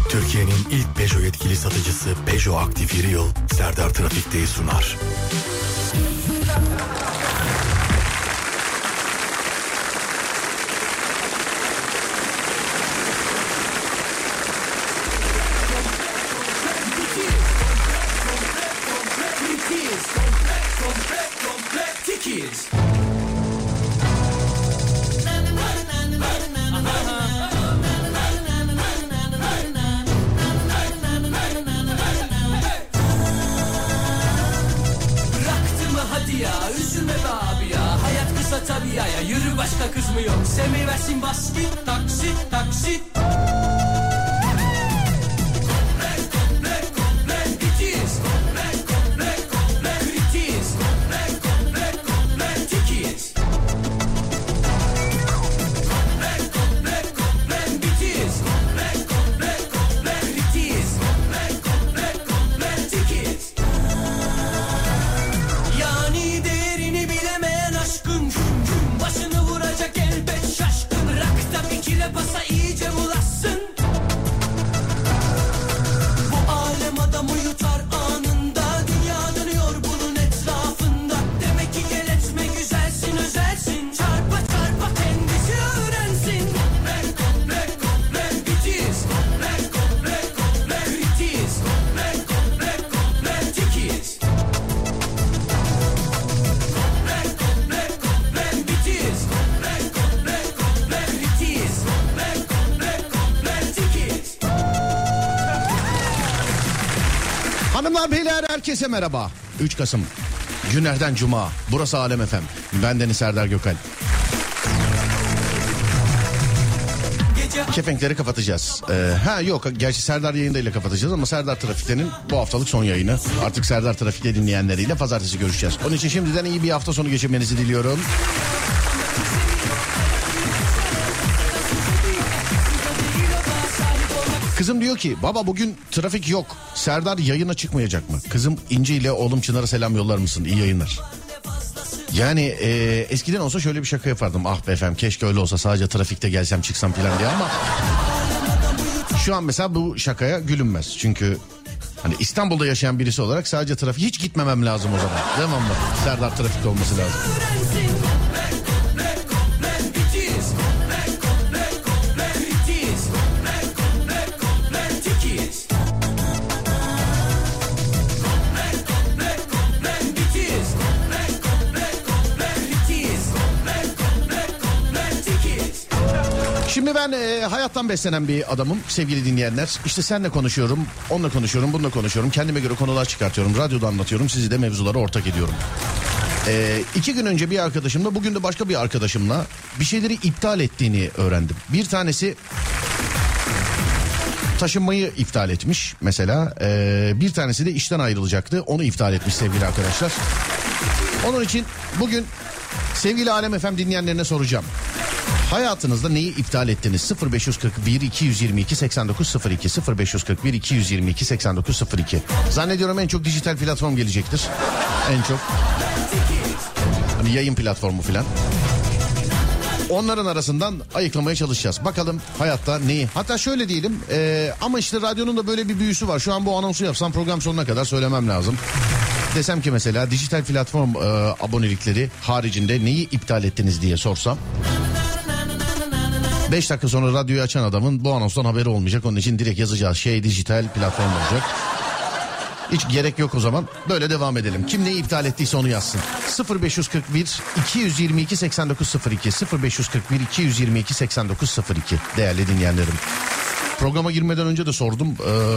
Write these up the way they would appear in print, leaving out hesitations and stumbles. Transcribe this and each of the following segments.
Türkiye'nin ilk Peugeot yetkili satıcısı Peugeot Active Real, Serdar Trafik'teyi sunar. Tabii ya yürü başka kız mı yok? Seviversin bas git taksit taksit. Hanımlar beyler herkese merhaba. 3 Kasım günlerden Cuma. Burası Alem FM. Bendeniz Serdar Gökalp. Kepenkleri kapatacağız. Yok gerçi Serdar yayındayla kapatacağız ama Serdar Trafik'te'nin bu haftalık son yayını. Artık Serdar Trafik'te dinleyenleriyle pazartesi görüşeceğiz. Onun için şimdiden iyi bir hafta sonu geçirmenizi diliyorum. Kızım diyor ki baba bugün trafik yok. Serdar yayına çıkmayacak mı? Kızım İnci ile oğlum Çınar'a selam yollar mısın? İyi yayınlar. Yani eskiden olsa şöyle bir şaka yapardım. Ah be efendim keşke öyle olsa sadece trafikte gelsem çıksam falan diye ama şu an mesela bu şakaya gülünmez. Çünkü hani İstanbul'da yaşayan birisi olarak sadece trafik hiç gitmemem lazım o zaman. Değil mi? Serdar trafikte olması lazım. Şimdi ben hayattan beslenen bir adamım sevgili dinleyenler. İşte seninle konuşuyorum, onunla konuşuyorum, bununla konuşuyorum. Kendime göre konular çıkartıyorum, radyoda anlatıyorum. Sizi de mevzulara ortak ediyorum. 2 gün önce bir arkadaşımla, bugün de başka bir arkadaşımla bir şeyleri iptal ettiğini öğrendim. Bir tanesi taşınmayı iptal etmiş mesela. Bir tanesi de işten ayrılacaktı, onu iptal etmiş sevgili arkadaşlar. Onun için bugün sevgili Alem FM dinleyenlerine soracağım. Hayatınızda neyi iptal ettiniz? 0541 222 8902 0541 222 8902. Zannediyorum en çok dijital platform gelecektir. En çok. Hani yayın platformu filan. Onların arasından ayıklamaya çalışacağız. Bakalım hayatta neyi? Hatta şöyle diyelim. Ama işte radyonun da böyle bir büyüsü var. Şu an bu anonsu yapsam program sonuna kadar söylemem lazım. Desem ki mesela dijital platform abonelikleri haricinde neyi iptal ettiniz diye sorsam. 5 dakika sonra radyoyu açan adamın bu anonstan haberi olmayacak. Onun için direkt yazacağız dijital platform olacak. Hiç gerek yok o zaman. Böyle devam edelim. Kim neyi iptal ettiyse onu yazsın. 0541 222 8902 0541 222 8902 değerli dinleyenlerim. Programa girmeden önce de sordum.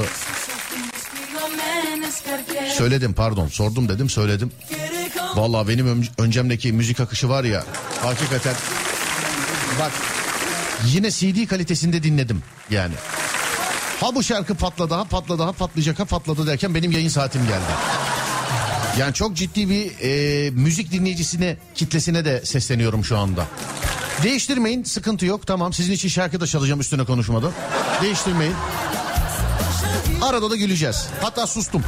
Söyledim pardon. Sordum dedim söyledim. Vallahi benim öncemdeki müzik akışı var ya. Hakikaten bak yine CD kalitesinde dinledim yani. Ha bu şarkı patladı, ha patladı, ha patlayacak, ha patladı derken benim yayın saatim geldi. Yani çok ciddi bir müzik dinleyicisine, kitlesine de sesleniyorum şu anda. Değiştirmeyin, sıkıntı yok. Tamam, sizin için şarkı da çalacağım üstüne konuşmadan. Değiştirmeyin. Arada da güleceğiz. Hatta sustum.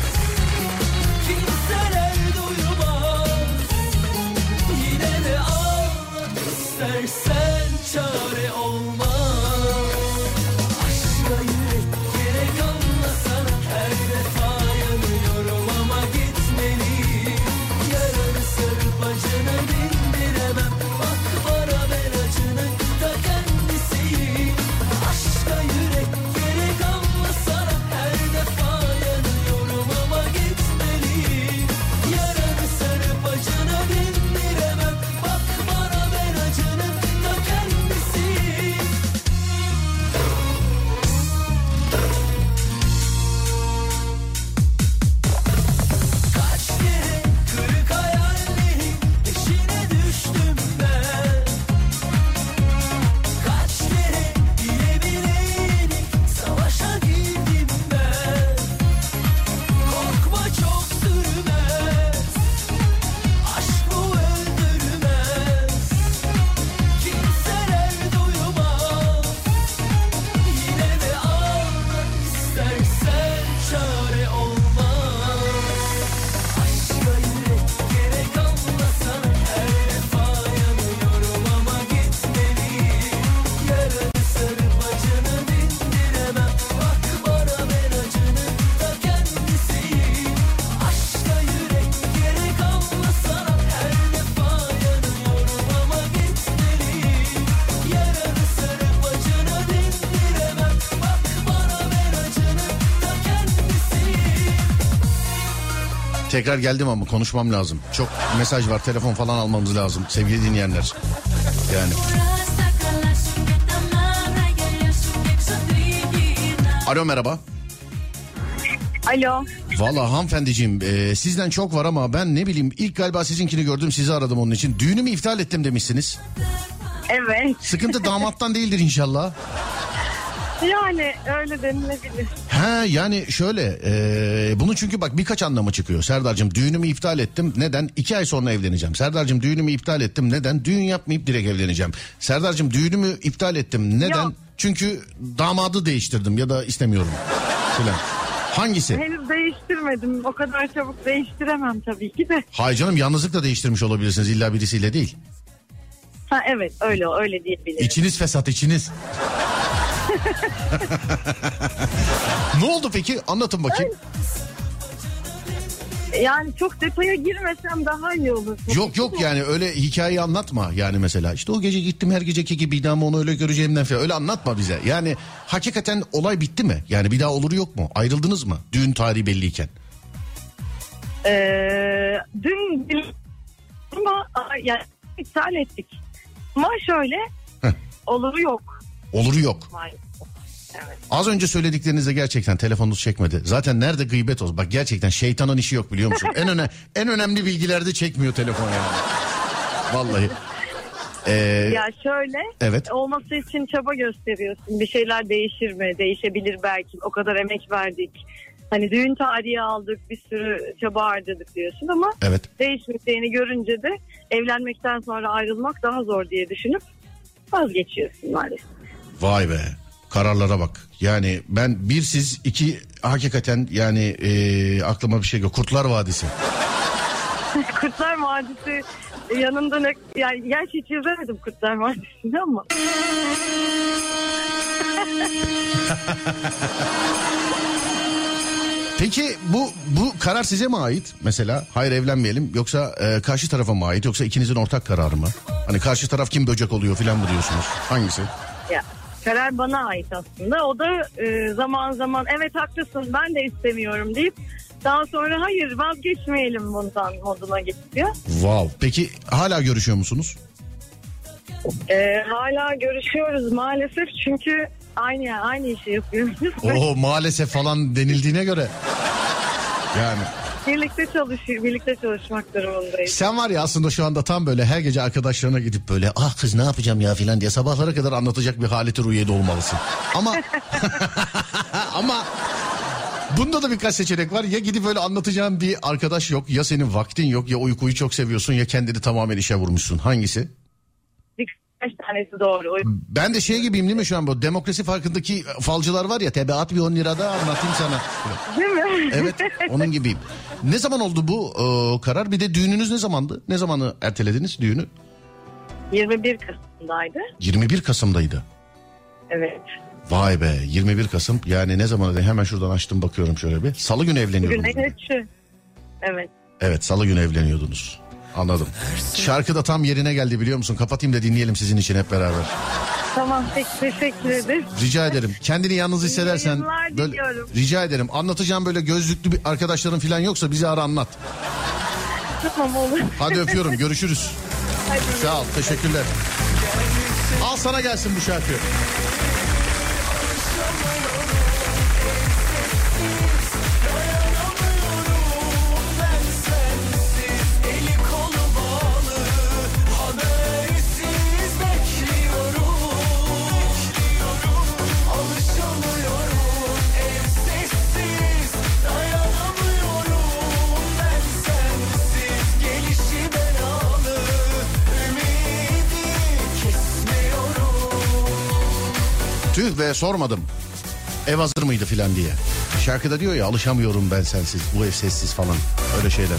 Kimseler doyurmaz, yine de istersen çare olmaz. Aşka yürek gerek anlasana, her defa yanıyorum ama gitmeliyim. Yaranı sarıp acını dindiremem, bak bana ben acının da kendisiyim. Aşka yürek gerek anlasana, her defa yanıyorum ama gitmeliyim. Yaranı sarıp acını dindiremem, bak bana ben acının da kendisiyim. Kaç kere kırık hayallerin peşine düştüm ben. Kaç kere bile bile yenik savaşa girdim ben. Korkma çok sürmez, aşk bu öldürmez. Kimseler duymaz, yine de anla istersen çare olmaz. Aşka yürek gerek anlasana, her defa yanıyorum ama gitmeliyim. Yaranı sarıp acını dindiremem, bak bana ben acının da kendisiyim. Aşka yürek gerek anlasana, her defa yanıyorum ama gitmeliyim. Yaranı sarıp acını dindiremem, bak bana ben acının da kendisiyim. Tekrar geldim ama konuşmam lazım. Çok mesaj var, telefon falan almamız lazım sevgili dinleyenler. Yani. Alo, merhaba. Alo. Valla hanımefendiciğim sizden çok var ama ben ne bileyim ilk galiba sizinkini gördüm, sizi aradım onun için. Düğünümü iptal ettim demişsiniz. Evet. Sıkıntı damattan değildir inşallah. Yani öyle denilebilir. Ha yani şöyle bunun çünkü bak birkaç anlamı çıkıyor. Serdar'cığım düğünümü iptal ettim. Neden? 2 ay sonra evleneceğim. Serdar'cığım düğünümü iptal ettim. Neden? Düğün yapmayıp direkt evleneceğim. Serdar'cığım düğünümü iptal ettim. Neden? Yok. Çünkü damadı değiştirdim ya da istemiyorum falan. Hangisi? Henüz değiştirmedim. O kadar çabuk değiştiremem tabii ki de. Hayır canım, yalnızlıkla değiştirmiş olabilirsiniz, illa birisiyle değil. Ha evet, öyle diyebilirim. İçiniz fesat, içiniz. Ne oldu peki? Anlatın bakayım. Yani çok detaya girmesem daha iyi olur. Yok yani öyle hikayeyi anlatma. Yani mesela işte o gece gittim her geceki gibiydi ama onu öyle göreceğimden falan. Öyle anlatma bize. Yani hakikaten olay bitti mi? Yani bir daha oluru yok mu? Ayrıldınız mı? Düğün tarihi belliyken. Dün ama yani iptal ettik. Ama şöyle oluru yok. Oluru yok. Maalesef. Evet. Az önce söylediklerinizde gerçekten telefonunuz çekmedi. Zaten nerede gıybet olsun. Bak gerçekten şeytanın işi yok, biliyor musun? En önemli bilgilerde çekmiyor telefon yani. Vallahi. Ya şöyle, evet. Olması için çaba gösteriyorsun. Bir şeyler değişir mi? Değişebilir belki. O kadar emek verdik. Hani düğün tarihi aldık, bir sürü çaba harcadık diyorsun ama evet. Değişmeyeceğini görünce de evlenmekten sonra ayrılmak daha zor diye düşünüp vazgeçiyorsun maalesef. Vay be. Kararlara bak. Yani ben bir siz, iki hakikaten yani aklıma bir şey geliyor. Kurtlar Vadisi. Kurtlar Vadisi yanında ne? Yani gerçi hiç izlemedim Kurtlar Vadisi'ni ama. Peki bu karar size mi ait mesela? Hayır evlenmeyelim, yoksa karşı tarafa mı ait, yoksa ikinizin ortak kararı mı? Hani karşı taraf kim böcek oluyor falan mı diyorsunuz? Hangisi? Ya karar bana ait aslında. O da zaman zaman evet haklısın ben de istemiyorum deyip daha sonra hayır vazgeçmeyelim bundan moduna geçiyor. Wow. Peki hala görüşüyor musunuz? Hala görüşüyoruz maalesef çünkü aynı işi yapıyoruz. Oo maalesef falan denildiğine göre. Yani. Birlikte çalışmak durumundayız. Sen var ya aslında şu anda tam böyle her gece arkadaşlarına gidip böyle ah kız ne yapacağım ya filan diye sabahlara kadar anlatacak bir haleti ruhiyede olmalısın. Ama bunda da birkaç seçenek var. Ya gidip böyle anlatacağın bir arkadaş yok, ya senin vaktin yok, ya uykuyu çok seviyorsun, ya kendini tamamen işe vurmuşsun. Hangisi? Birkaç tanesi doğru. Ben de şey gibiyim değil mi şu an, bu Demokrasi Farkı'ndaki falcılar var ya, tebeat bir 10 lirada anlatayım sana. Değil mi? Evet, onun gibiyim. Ne zaman oldu bu karar? Bir de düğününüz ne zamandı? Ne zamanı ertelediniz düğünü? 21 Kasım'daydı. 21 Kasım'daydı. Evet. Vay be, 21 Kasım yani ne zaman, hemen şuradan açtım bakıyorum şöyle bir. Salı günü evleniyordunuz. Bugün de evet. Evet, salı günü evleniyordunuz. Anladım. Şarkı da tam yerine geldi biliyor musun? Kapatayım da dinleyelim sizin için hep beraber. Tamam, peki, teşekkür ederim. Rica ederim. Kendini yalnız hissedersen böyle, rica ederim. Anlatacağım böyle gözlüklü bir arkadaşların falan yoksa bizi ara, anlat. Tamam, olur. Hadi öpüyorum, görüşürüz. Hadi. Sağ ol, teşekkürler. Al sana gelsin bu şarkı. Tüh be, sormadım. Ev hazır mıydı filan diye. Şarkıda diyor ya, alışamıyorum ben sensiz. Bu ev sessiz falan. Öyle şeyler.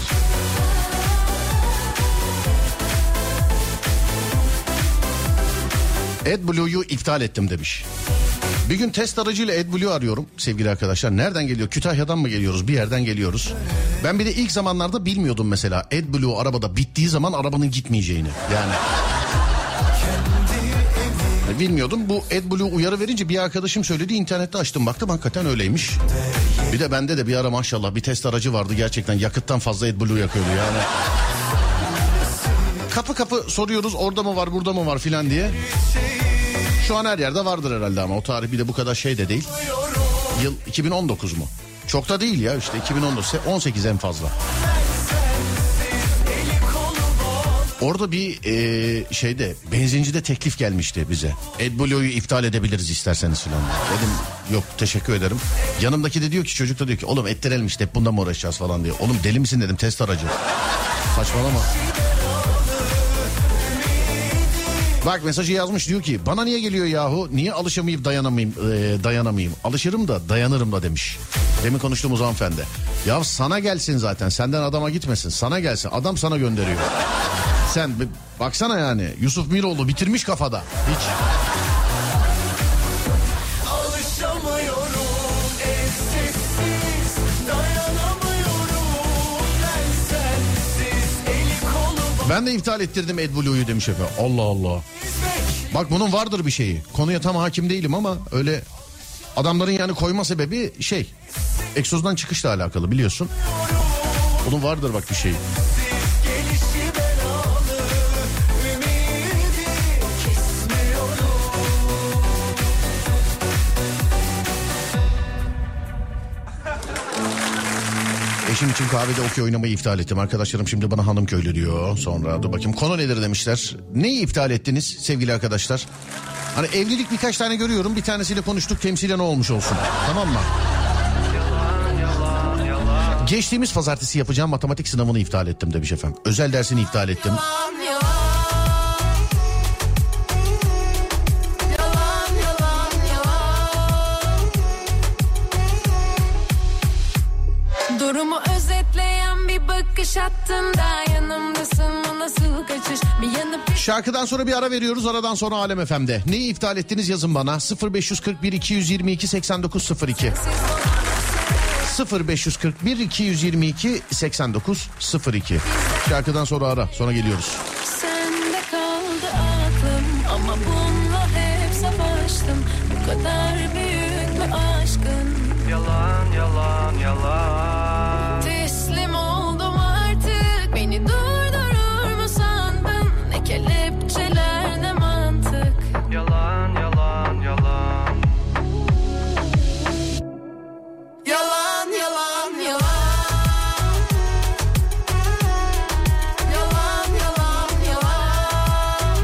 AdBlue'yu iptal ettim demiş. Bir gün test aracıyla AdBlue arıyorum sevgili arkadaşlar. Nereden geliyor? Kütahya'dan mı geliyoruz? Bir yerden geliyoruz. Ben bir de ilk zamanlarda bilmiyordum mesela. AdBlue arabada bittiği zaman arabanın gitmeyeceğini. Yani... bilmiyordum. Bu AdBlue uyarı verince bir arkadaşım söyledi, internette açtım baktım, hakikaten öyleymiş. Bir de bende de bir ara maşallah bir test aracı vardı, gerçekten yakıttan fazla AdBlue yakıyordu yani. Kapı kapı soruyoruz, orada mı var burada mı var filan diye. Şu an her yerde vardır herhalde ama o tarih bir de bu kadar şey de değil. Yıl 2019 mu? Çok da değil ya, işte 2019, 18 en fazla. Orada bir şeyde, benzincide teklif gelmişti bize. AdBlue'yu iptal edebiliriz isterseniz filan. Dedim yok teşekkür ederim. Yanımdaki de diyor ki, çocuk da diyor ki, oğlum ettirelim işte, hep bundan mı uğraşacağız falan diye. Oğlum deli misin dedim, test aracı. Saçmalama. Bak mesajı yazmış, diyor ki bana niye geliyor yahu, niye alışamayıp dayanamayayım. Alışırım da dayanırım da demiş. Demin konuştuğumuz hanımefendi. Ya sana gelsin zaten, senden adama gitmesin, sana gelsin, adam sana gönderiyor. Sen baksana yani, Yusuf Miroğlu bitirmiş kafada hiç. Ben de iptal ettirdim AdBlue'yu demiş efendim. Allah Allah. Bak bunun vardır bir şeyi. Konuya tam hakim değilim ama öyle adamların yani koyma sebebi şey, egzozdan çıkışla alakalı biliyorsun. Bunun vardır bak bir şeyi. Eşim için kahvede okey oynamayı iptal ettim. Arkadaşlarım şimdi bana hanım köylü diyor. Sonra dur bakayım, konu nedir demişler. Neyi iptal ettiniz sevgili arkadaşlar? Hani evlilik birkaç tane görüyorum. Bir tanesiyle konuştuk, temsilen olmuş olsun. Tamam mı? Geçtiğimiz pazartesi yapacağım matematik sınavını iptal ettim demiş efendim. Özel dersini iptal ettim. Durumu özetleyen bir bakış attığında yanımdasın, o nasıl kaçış? Şarkıdan sonra bir ara veriyoruz. Aradan sonra Alem FM'de. Neyi iptal ettiniz yazın bana. 0541 222 8902 0541 222 8902. Şarkıdan sonra ara. Sonra geliyoruz. Sende kaldı aklım ama bununla hep savaştım. Bu kadar büyük mü aşkın? Yalan yalan yalan. Teslim oldum artık, beni durdurur mu sandın? Ne kelepçeler ne mantık. Yalan yalan yalan. Yalan yalan yalan. Yalan yalan yalan.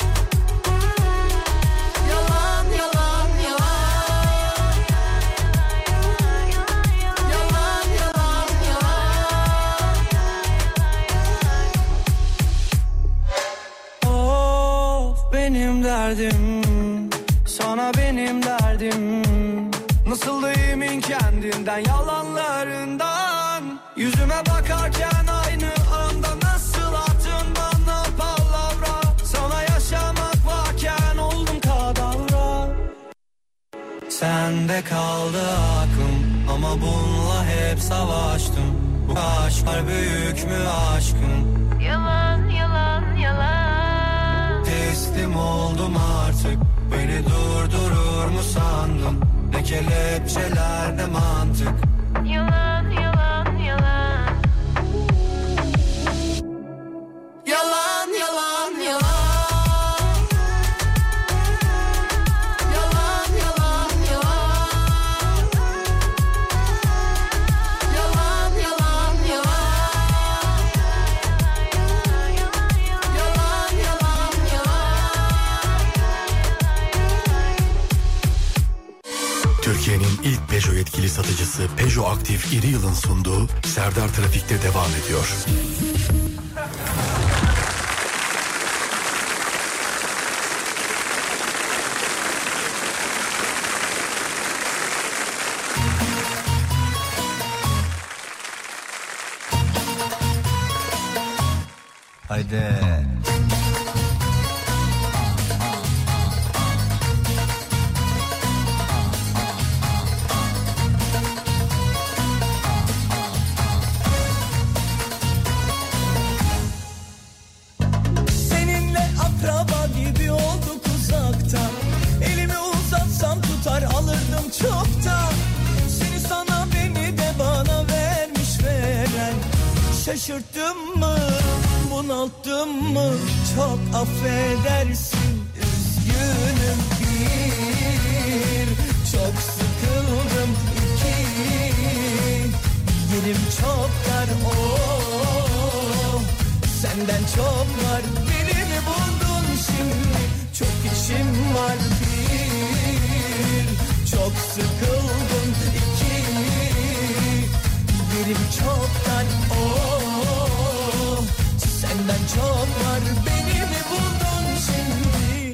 Yalan yalan yalan. Yalan yalan yalan. Of benim derdim, sana benim derdim. Nasıl da emin kendinden, yalanlarından. Yüzüme bakarken aynı anda nasıl attın bana palavra. Sana yaşa sende kaldı aklım. Ama bununla hep savaştım. Bu aşklar büyük mü aşkım? Yalan yalan yalan. Teslim oldum artık. Beni durdurur mu sandın? Ne kelepçeler ne mantık. Yalan yalan yalan. Yalan yalan yalan. Türkiye'nin ilk Peugeot yetkili satıcısı Peugeot Aktif İri Yıl'ın sunduğu Serdar Trafik'te devam ediyor. Haydi. Seninle akraba gibi olduk uzaktan. Elimi uzatsam tutar alırdım çoktan. Seni sana beni de bana vermiş veren. Şaşırttım mı, bunalttım mı? Çok affedersin, üzgünüm bir. Çok sıkıldım iki. Yerim çok dar senden çok var. Beni mi buldun şimdi? Çok işim var bir. Çok sıkıldım iki. Yerim çok dar senden çok var. Beni mi buldun şimdi?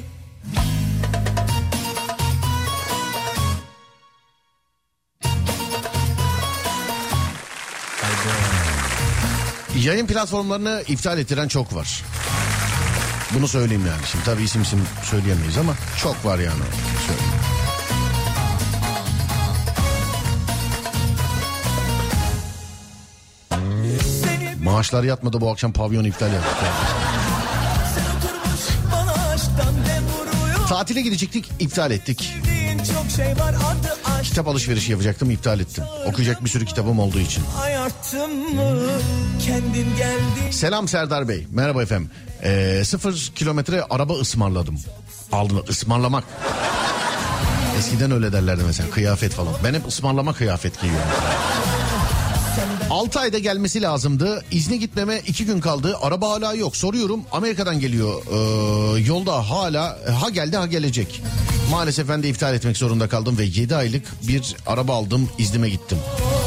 Yayın platformlarını iptal ettiren çok var. Bunu söyleyeyim yani. Şimdi tabii isim söyleyemeyiz ama çok var yani. Söyleyeyim. Maaşlar yatmadı, bu akşam pavyon iptal yaptık. Tatile gidecektik, iptal ettik. Kitap alışverişi yapacaktım, iptal ettim. Okuyacak bir sürü kitabım olduğu için. Selam Serdar Bey. Merhaba efendim. 0 kilometre araba ısmarladım. Aldım, ısmarlamak. Eskiden öyle derlerdi mesela, kıyafet falan. Ben hep ısmarlama kıyafet giyiyorum. 6 ayda gelmesi lazımdı. İzne gitmeme 2 gün kaldı. Araba hala yok. Soruyorum, Amerika'dan geliyor. Yolda hala ha geldi ha gelecek. Maalesef ben de iptal etmek zorunda kaldım ve 7 aylık bir araba aldım. İznime gittim.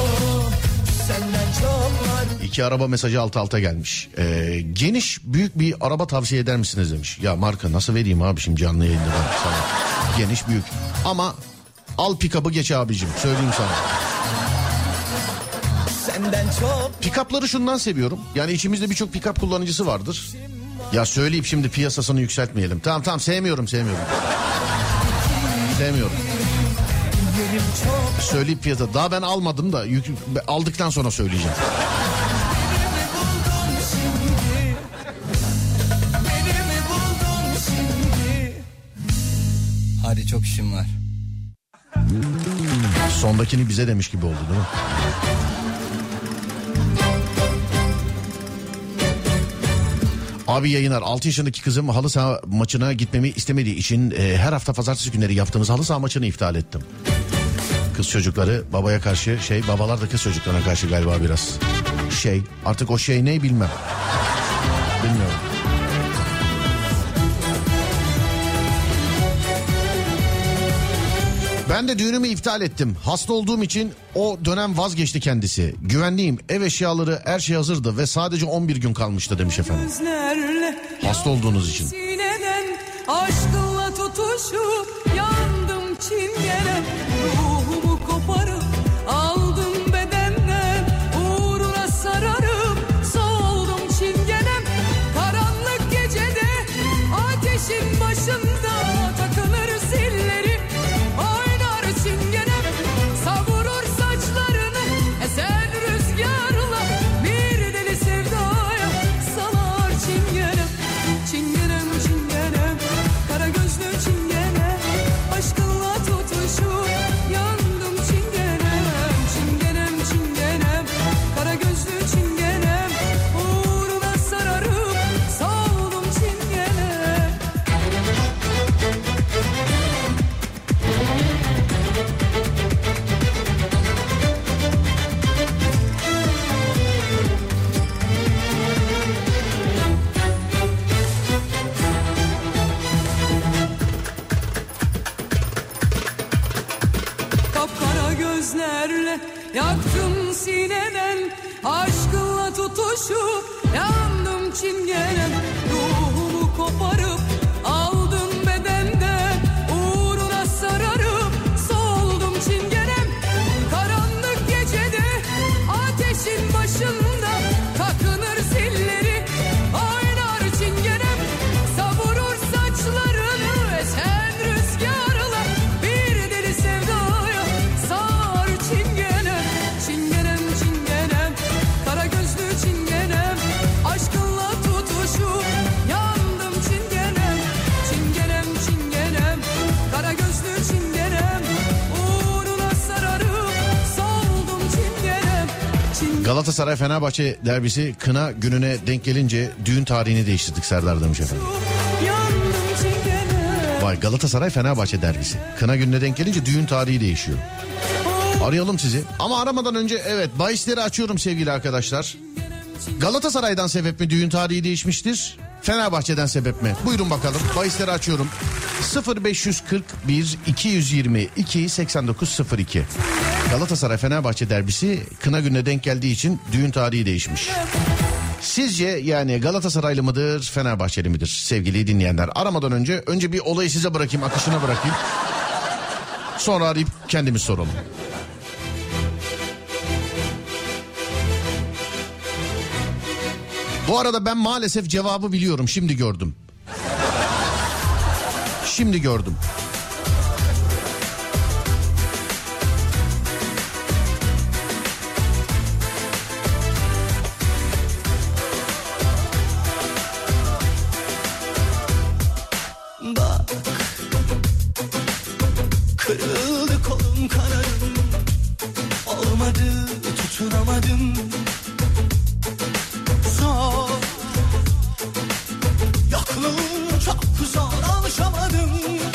2 araba mesajı alt alta gelmiş. Geniş büyük bir araba tavsiye eder misiniz demiş. Ya marka nasıl vereyim abi şimdi canlı yayında ben sana. Geniş büyük. Ama al pick-up'ı geç abicim. Söyleyeyim sana. Pick-up'ları şundan seviyorum. Yani içimizde birçok pick-up kullanıcısı vardır. Ya söyleyip şimdi piyasasını yükseltmeyelim. Tamam sevmiyorum. Sevmiyorum. Söyleyip piyasa. Daha ben almadım da aldıktan sonra söyleyeceğim. Hadi çok işim var. Sondakini bize demiş gibi oldu değil mi? Abi yayınlar, 6 yaşındaki kızım halı saha maçına gitmemi istemediği için her hafta pazartesi günleri yaptığımız halı saha maçını iptal ettim. Kız çocukları babaya karşı babalar da kız çocuklarına karşı galiba biraz artık o ne bilmem. Bilmiyorum. Ben de düğünümü iptal ettim. Hasta olduğum için o dönem vazgeçti kendisi. Güvenliğim, ev eşyaları, her şey hazırdı ve sadece 11 gün kalmıştı demiş efendim. Hasta olduğunuz için. Aşkınla tutuşup yandım çingene. Ruhumu koparıp aldım bedenden. Uğruna sararıp soldum çingenem. Karanlık gecede ateşin başında takılır zilleri. Oynar çingene. gözlerle yaktım sineden, aşkınla tutuşup yandım çingenem. Ruhumu koparıp aldım bedenden, uğruna sararıp soldum çingenem. Karanlık gecede ateşin başında takınır zilleri, oynar çingenem. Savurur saçlarını esen rüzgarla, bir deli sevdaya sar çingenem. Çingenem çingenem, kara gözlü çingenem, aşkınla tutuşup yandım çingenem. Çingenem çingenem, kara gözlü çingenem, uğruna sararıp soldum çingenem. Galatasaray Fenerbahçe derbisi kına gününe denk gelince düğün tarihini değiştirdik Serdar demiş efendim. Yandım çingenem. Vay, Galatasaray Fenerbahçe derbisi kına gününe denk gelince düğün tarihi değişiyor. Arayalım sizi. Ama aramadan önce evet, bahisleri açıyorum sevgili arkadaşlar. Galatasaray'dan sebep mi düğün tarihi değişmiştir? Fenerbahçe'den sebep mi? Buyurun bakalım. Bahisleri açıyorum. 0541 222 8902. Galatasaray Fenerbahçe derbisi kına gününe denk geldiği için düğün tarihi değişmiş. Sizce yani Galatasaraylı mıdır, Fenerbahçeli midir sevgili dinleyenler? Aramadan önce bir olayı size bırakayım, akışına bırakayım. Sonra arayıp kendimiz soralım. Bu arada ben maalesef cevabı biliyorum, şimdi gördüm. Şimdi gördüm. Bak, kırıldı kolum kanadım, olmadı tutunamadım. Zor, yokluğun çok zor, alışamadım.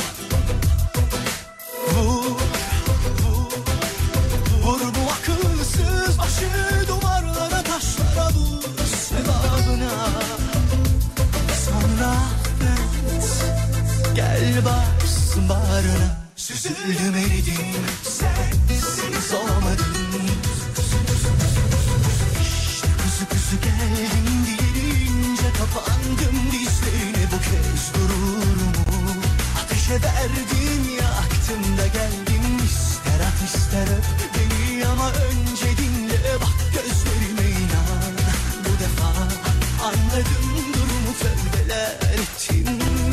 Vur, vur, vur bu akılsız başı duvarlara, taşlara, vur sevabına. Sonra affet, gel varsın bağrına. Süzüldüm eridim, sensiz olamadım. İşte kuzu kuzu geldim deyince kapandım dizlerine, bu kez gururumu ateşe verdim, yaktım da geldim. İster at ister öp beni ama önce dinle, bak gözlerime inan. Bu defa anladım durumu, tövbeler ettim.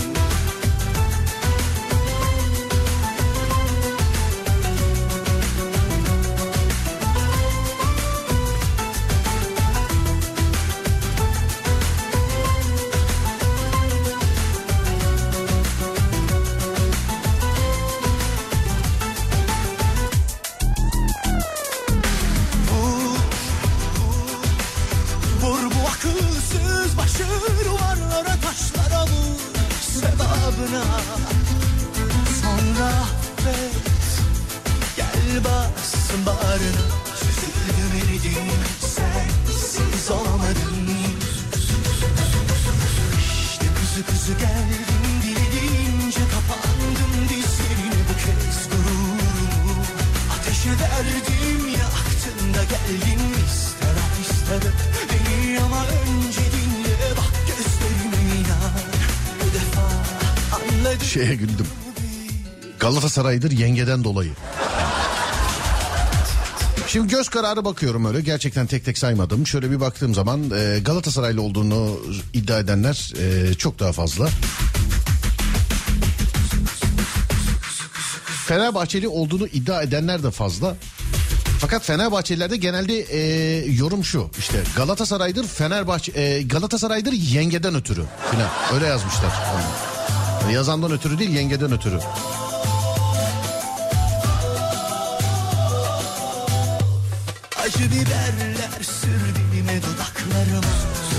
Vur bu akılsız başı duvarlara, taşlara, vur sevabına. Sonra affet, gel bassın bağrına. Süzüldüm eridim, sensiz olamadım. İşte kuzu kuzu geldim dilediğince, kapandım dizlerine, bu kez gururumu ateşe verdim, yaktın da geldin. İster at ister öp beni ama önce dinle, bak gözlerime inan. Bu defa anladım. Şeye güldüm. Galatasaray'dır yengeden dolayı. Şimdi göz kararı bakıyorum öyle, gerçekten tek tek saymadım. Şöyle bir baktığım zaman Galatasaraylı olduğunu iddia edenler çok daha fazla. Fenerbahçeli olduğunu iddia edenler de fazla. Fakat Fenerbahçelilerde genelde yorum şu, işte Galatasaray'dır Galatasaray'dır yengeden ötürü falan, öyle yazmışlar. Yani yazandan ötürü değil, yengeden ötürü. Acı biberler sürdüğüme dudaklarıma.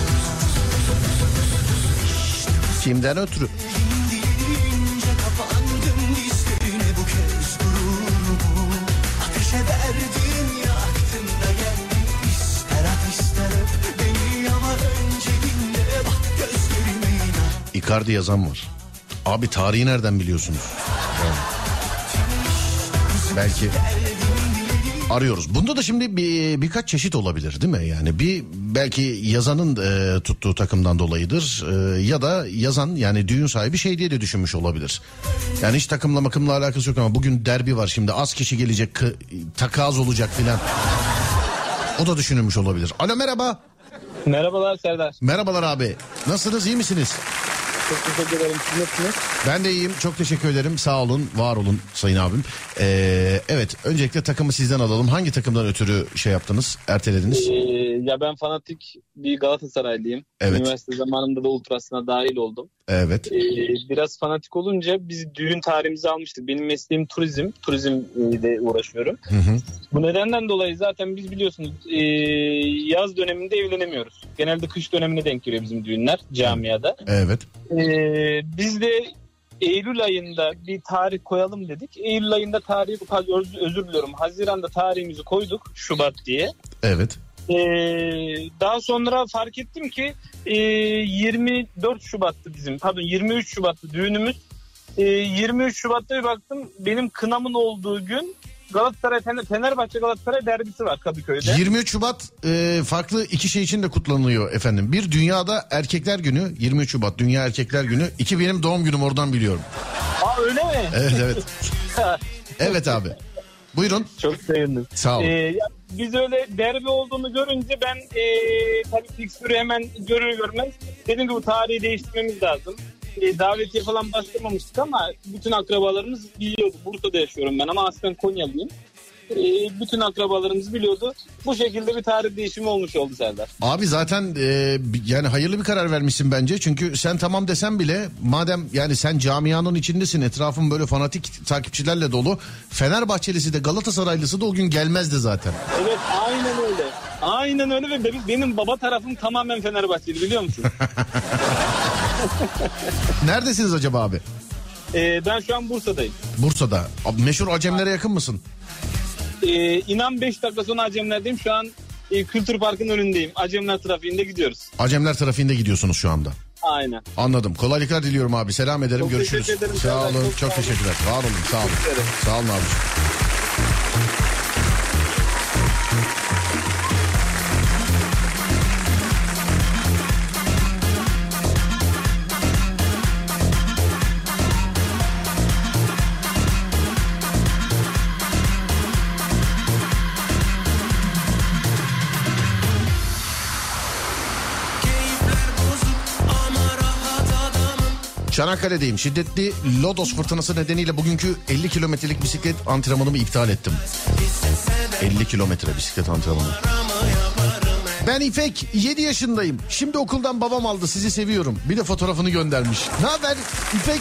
Kimden ötürü? Deyince kapandım dizlerine, bu kez gururumu ateşe verdim, yaktım da geldim. İster at ister öp beni ama önce dinle, bak gözlerime inan. Icardi yazan var. Abi tarihi nereden biliyorsunuz? Yani. Belki Arıyoruz. Bunda da şimdi birkaç çeşit olabilir değil mi? Yani bir belki yazanın tuttuğu takımdan dolayıdır. Ya da yazan yani düğün sahibi şey diye de düşünmüş olabilir. Yani hiç takımla alakası yok ama bugün derbi var şimdi az kişi gelecek takı az olacak filan. O da düşünülmüş olabilir. Alo merhaba. Merhabalar Serdar. Merhabalar abi. Nasılsınız, iyi misiniz? Çok teşekkür ederim. Siz nasılsınız? Ben de iyiyim. Çok teşekkür ederim. Sağ olun, var olun sayın abim. Evet, öncelikle takımı sizden alalım. Hangi takımdan ötürü şey yaptınız, ertelediniz? Ya ben fanatik bir Galatasaraylıyım. Evet. Üniversite zamanında da ultrasına dahil oldum. Evet. Biraz fanatik olunca biz düğün tarihimizi almıştık. Benim mesleğim turizm. Turizmle uğraşıyorum. Hı hı. Bu nedenden dolayı zaten biz biliyorsunuz yaz döneminde evlenemiyoruz. Genelde kış dönemine denk geliyor bizim düğünler camiada. Evet. Biz de Eylül ayında bir tarih koyalım dedik. Eylül ayında özür diliyorum. Haziran'da tarihimizi koyduk Şubat diye. Evet. Daha sonra fark ettim ki 23 Şubat'tı düğünümüz. 23 Şubat'ta bir baktım benim kınamın olduğu gün Fenerbahçe Galatasaray derbisi var Kadıköy'de. 23 Şubat farklı iki şey için de kutlanılıyor efendim. Bir dünyada erkekler günü, 23 Şubat Dünya Erkekler Günü. İki benim doğum günüm, oradan biliyorum. Öyle mi? Evet. Evet abi. Buyurun. Çok sevindim. Sağ olun. Biz öyle derbi olduğunu görünce ben tabii fikstürü hemen görür görmez dedim ki bu tarihi değiştirmemiz lazım. Davetiye falan bastırmamıştık ama bütün akrabalarımız biliyordu. Bursa'da yaşıyorum ben ama aslen Konyalıyım. Bütün akrabalarımız biliyordu. Bu şekilde bir tarih değişimi olmuş oldu Serdar. Abi zaten yani hayırlı bir karar vermişsin bence. Çünkü sen tamam desen bile madem yani sen camianın içindesin, etrafın böyle fanatik takipçilerle dolu. Fenerbahçelisi de Galatasaraylısı da o gün gelmezdi zaten. Evet aynen öyle. Aynen öyle ve benim baba tarafım tamamen Fenerbahçeli biliyor musun? Neredesiniz acaba abi? Ben şu an Bursa'dayım. Bursa'da. Abi, meşhur Acemlere yakın mısın? İnan 5 dakika sonra Acemler'deyim. Şu an Kültür Park'ın önündeyim. Acemler trafiğinde gidiyoruz. Acemler trafiğinde gidiyorsunuz şu anda. Aynen. Anladım. Kolaylıklar diliyorum abi. Selam ederim. Çok görüşürüz. ederim, sağ olun. Çok teşekkürler. Var olun. Sağ olun. Sağ olun abi. Çanakkale'deyim. Şiddetli lodos fırtınası nedeniyle bugünkü 50 kilometrelik bisiklet antrenmanımı iptal ettim. 50 kilometre bisiklet antrenmanı. Ben İpek, 7 yaşındayım. Şimdi okuldan babam aldı, sizi seviyorum. Bir de fotoğrafını göndermiş. Ne haber İpek?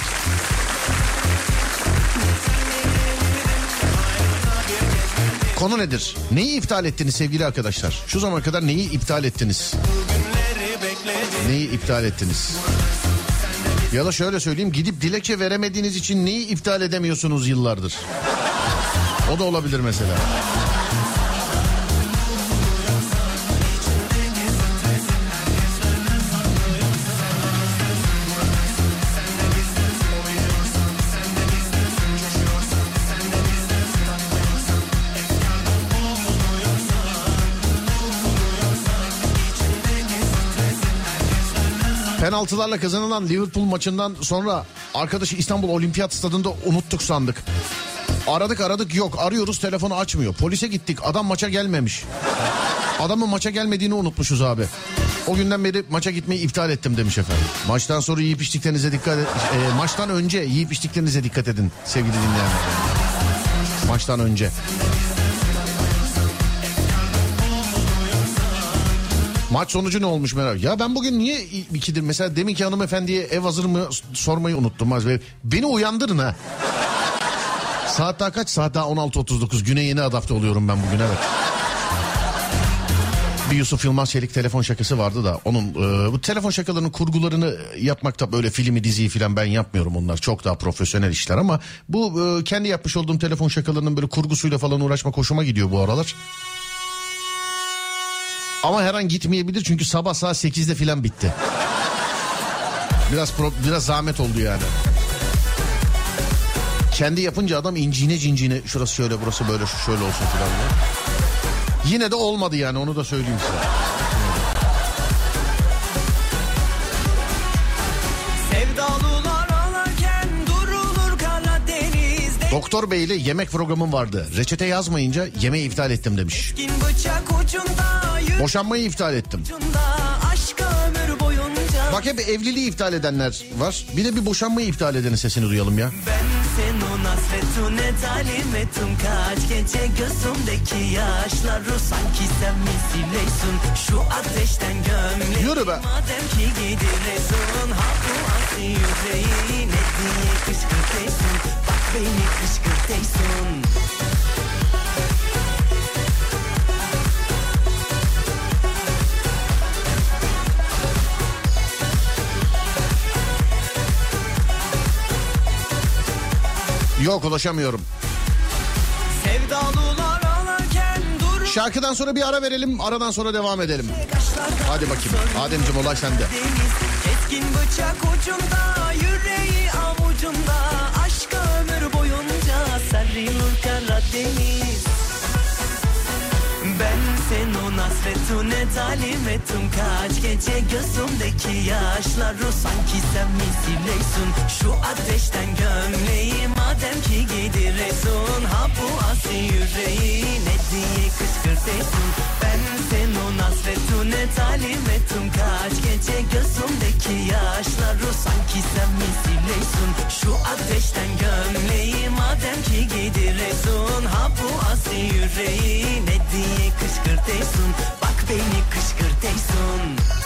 Konu nedir? Neyi iptal ettiniz sevgili arkadaşlar? Şu zamana kadar neyi iptal ettiniz? Neyi iptal ettiniz? Ya da şöyle söyleyeyim, gidip dilekçe veremediğiniz için neyi iptal edemiyorsunuz yıllardır? O da olabilir mesela. Penaltılarla kazanılan Liverpool maçından sonra arkadaşı İstanbul Olimpiyat Stadında unuttuk sandık. Aradık yok, arıyoruz, telefonu açmıyor. Polise gittik, adam maça gelmemiş. Adamın maça gelmediğini unutmuşuz abi. O günden beri maça gitmeyi iptal ettim demiş efendim. Maçtan sonra yiyip içtiklerinize dikkat edin. Maçtan önce yiyip içtiklerinize dikkat edin sevgili dinleyenler. Maçtan önce. Maç sonucu ne olmuş merak. Ya ben bugün niye ikidir? Mesela deminki hanımefendiye ev hazır mı sormayı unuttum. Beni uyandırın ha. Saat daha kaç? Saat daha 16.39. Güne yeni adapte oluyorum ben bugün, evet. Bir Yusuf Yılmaz Çelik telefon şakası vardı da onun bu telefon şakalarının kurgularını yapmakta böyle filmi diziyi falan ben yapmıyorum, onlar çok daha profesyonel işler ama bu kendi yapmış olduğum telefon şakalarının böyle kurgusuyla falan uğraşmak hoşuma gidiyor bu aralar. Ama her an gitmeyebilir çünkü sabah saat 8'de falan bitti. Biraz zahmet oldu yani. Kendi yapınca adam incine cincine şurası şöyle burası böyle şöyle olsun falan diye. Yine de olmadı yani, onu da söyleyeyim size. Sevdalılar ağlarken durulur Karadeniz'de. Doktor Bey ile yemek programım vardı. Reçete yazmayınca yemeği iptal ettim demiş. Bıçak ucunda, Boşanmayı iptal ettim. aşk ömür boyunca. Bak hep evliliği iptal edenler var. Bir de bir boşanmayı iptal edenin sesini duyalım ya. Ben senin hasretine talim ettim. Kaç gece gözümdeki yaşları sanki sen misileysin. Şu ateşten gömleği Yürü be. madem ki gidiyorsun. Ha bu asi yüreği ne diye kışkırtıyorsun. Bak beni kışkırtıyorsun. Yok, ulaşamıyorum. Sevdalılar ağlarken dur. Şarkıdan sonra bir ara verelim. Aradan sonra devam edelim. Hadi bakayım. Ademciğim, olay sende. Keskin bıçak ucunda, yüreği avucunda. Aşk ömür boyunca sarılır Karadeniz. Ben senin hasretine talim ettim. Kaç gece gözümdeki yaşları sanki sen misileysin. Şu ateşten gömleği madem ki gidiyorsun. Ha bu asi yüreği ne diye kışkırtıyorsun. Ben senin hasretine talim ettim. Kaç gece gözümdeki yaşları sanki sen misileysin. Şu ateşten gömleği madem ki gidiyorsun. Ha bu asi yüreği ne diye kışkırtıyorsun. Bak beni kışkırtıyorsun.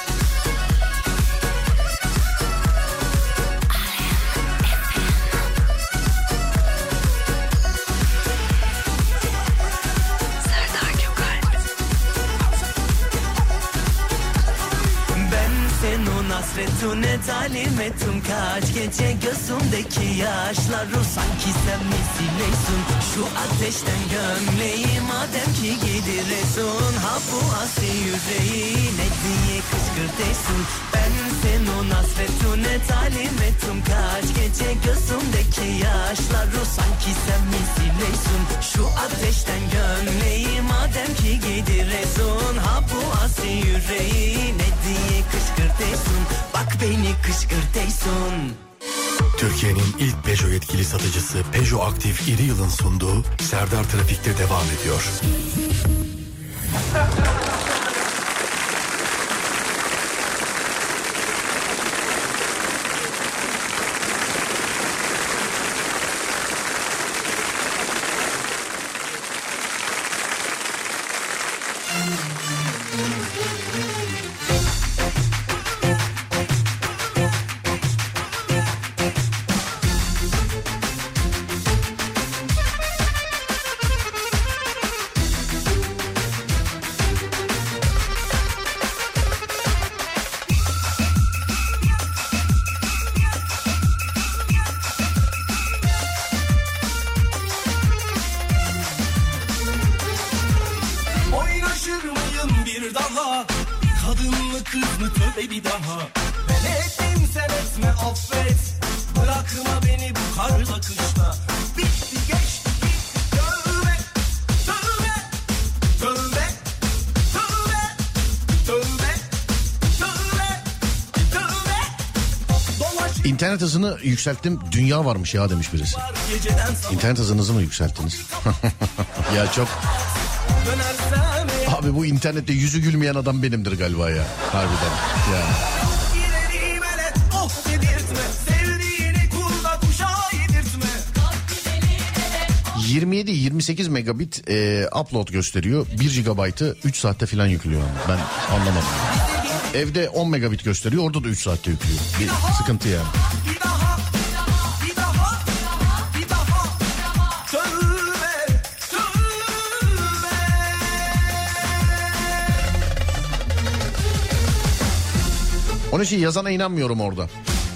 Senin hasretine talim ettim. Kaç gece gözümdeki yaşları sanki sen misileysin. Şu ateşten gömleği madem ki gidiyorsun. Ha bu asi yüreği ne diye kışkırtıyorsun. Ben senin hasretine talim ettim. Kaç gece gözümdeki yaşları sanki sen misileysin. Şu ateşten gömleği madem ki gidiyorsun. Ha bu asi yüreği ne diye kışkırtıyorsun. Bak beni kışkırtıyorsun. Türkiye'nin ilk Peugeot yetkili satıcısı Peugeot Aktif İri Yıl'ın sunduğu Serdar Trafik'te devam ediyor. Oynaşır mıyım bir daha? Kadın mı kız mı tövbe bir daha? Ben ettim sen etme affet. Bırakma beni bu karda kışta. Bitti geçti gitti tövbe. Tövbe. Tövbe. Tövbe. Tövbe. Tövbe. Tövbe. Dolaş İnternet hızını yükselttim. Dünya varmış ya demiş birisi. geceden sabah İnternet hızınızı mı yükselttiniz? Ya çok... dönersem Abi bu internette yüzü gülmeyen adam benimdir galiba ya. Harbiden ya. ileri melet oh dedirtme. Sevdiğini kulda kuşa yedirtme. 27-28 megabit upload gösteriyor. 1 GB'ı 3 saatte falan yüklüyor. Ben anlamadım. Evde 10 megabit gösteriyor. Orada da 3 saatte yüklüyor. Bir sıkıntı yani. Bir daha, bir daha, bir daha. Tövbe, tövbe. Onun için yazana inanmıyorum orada.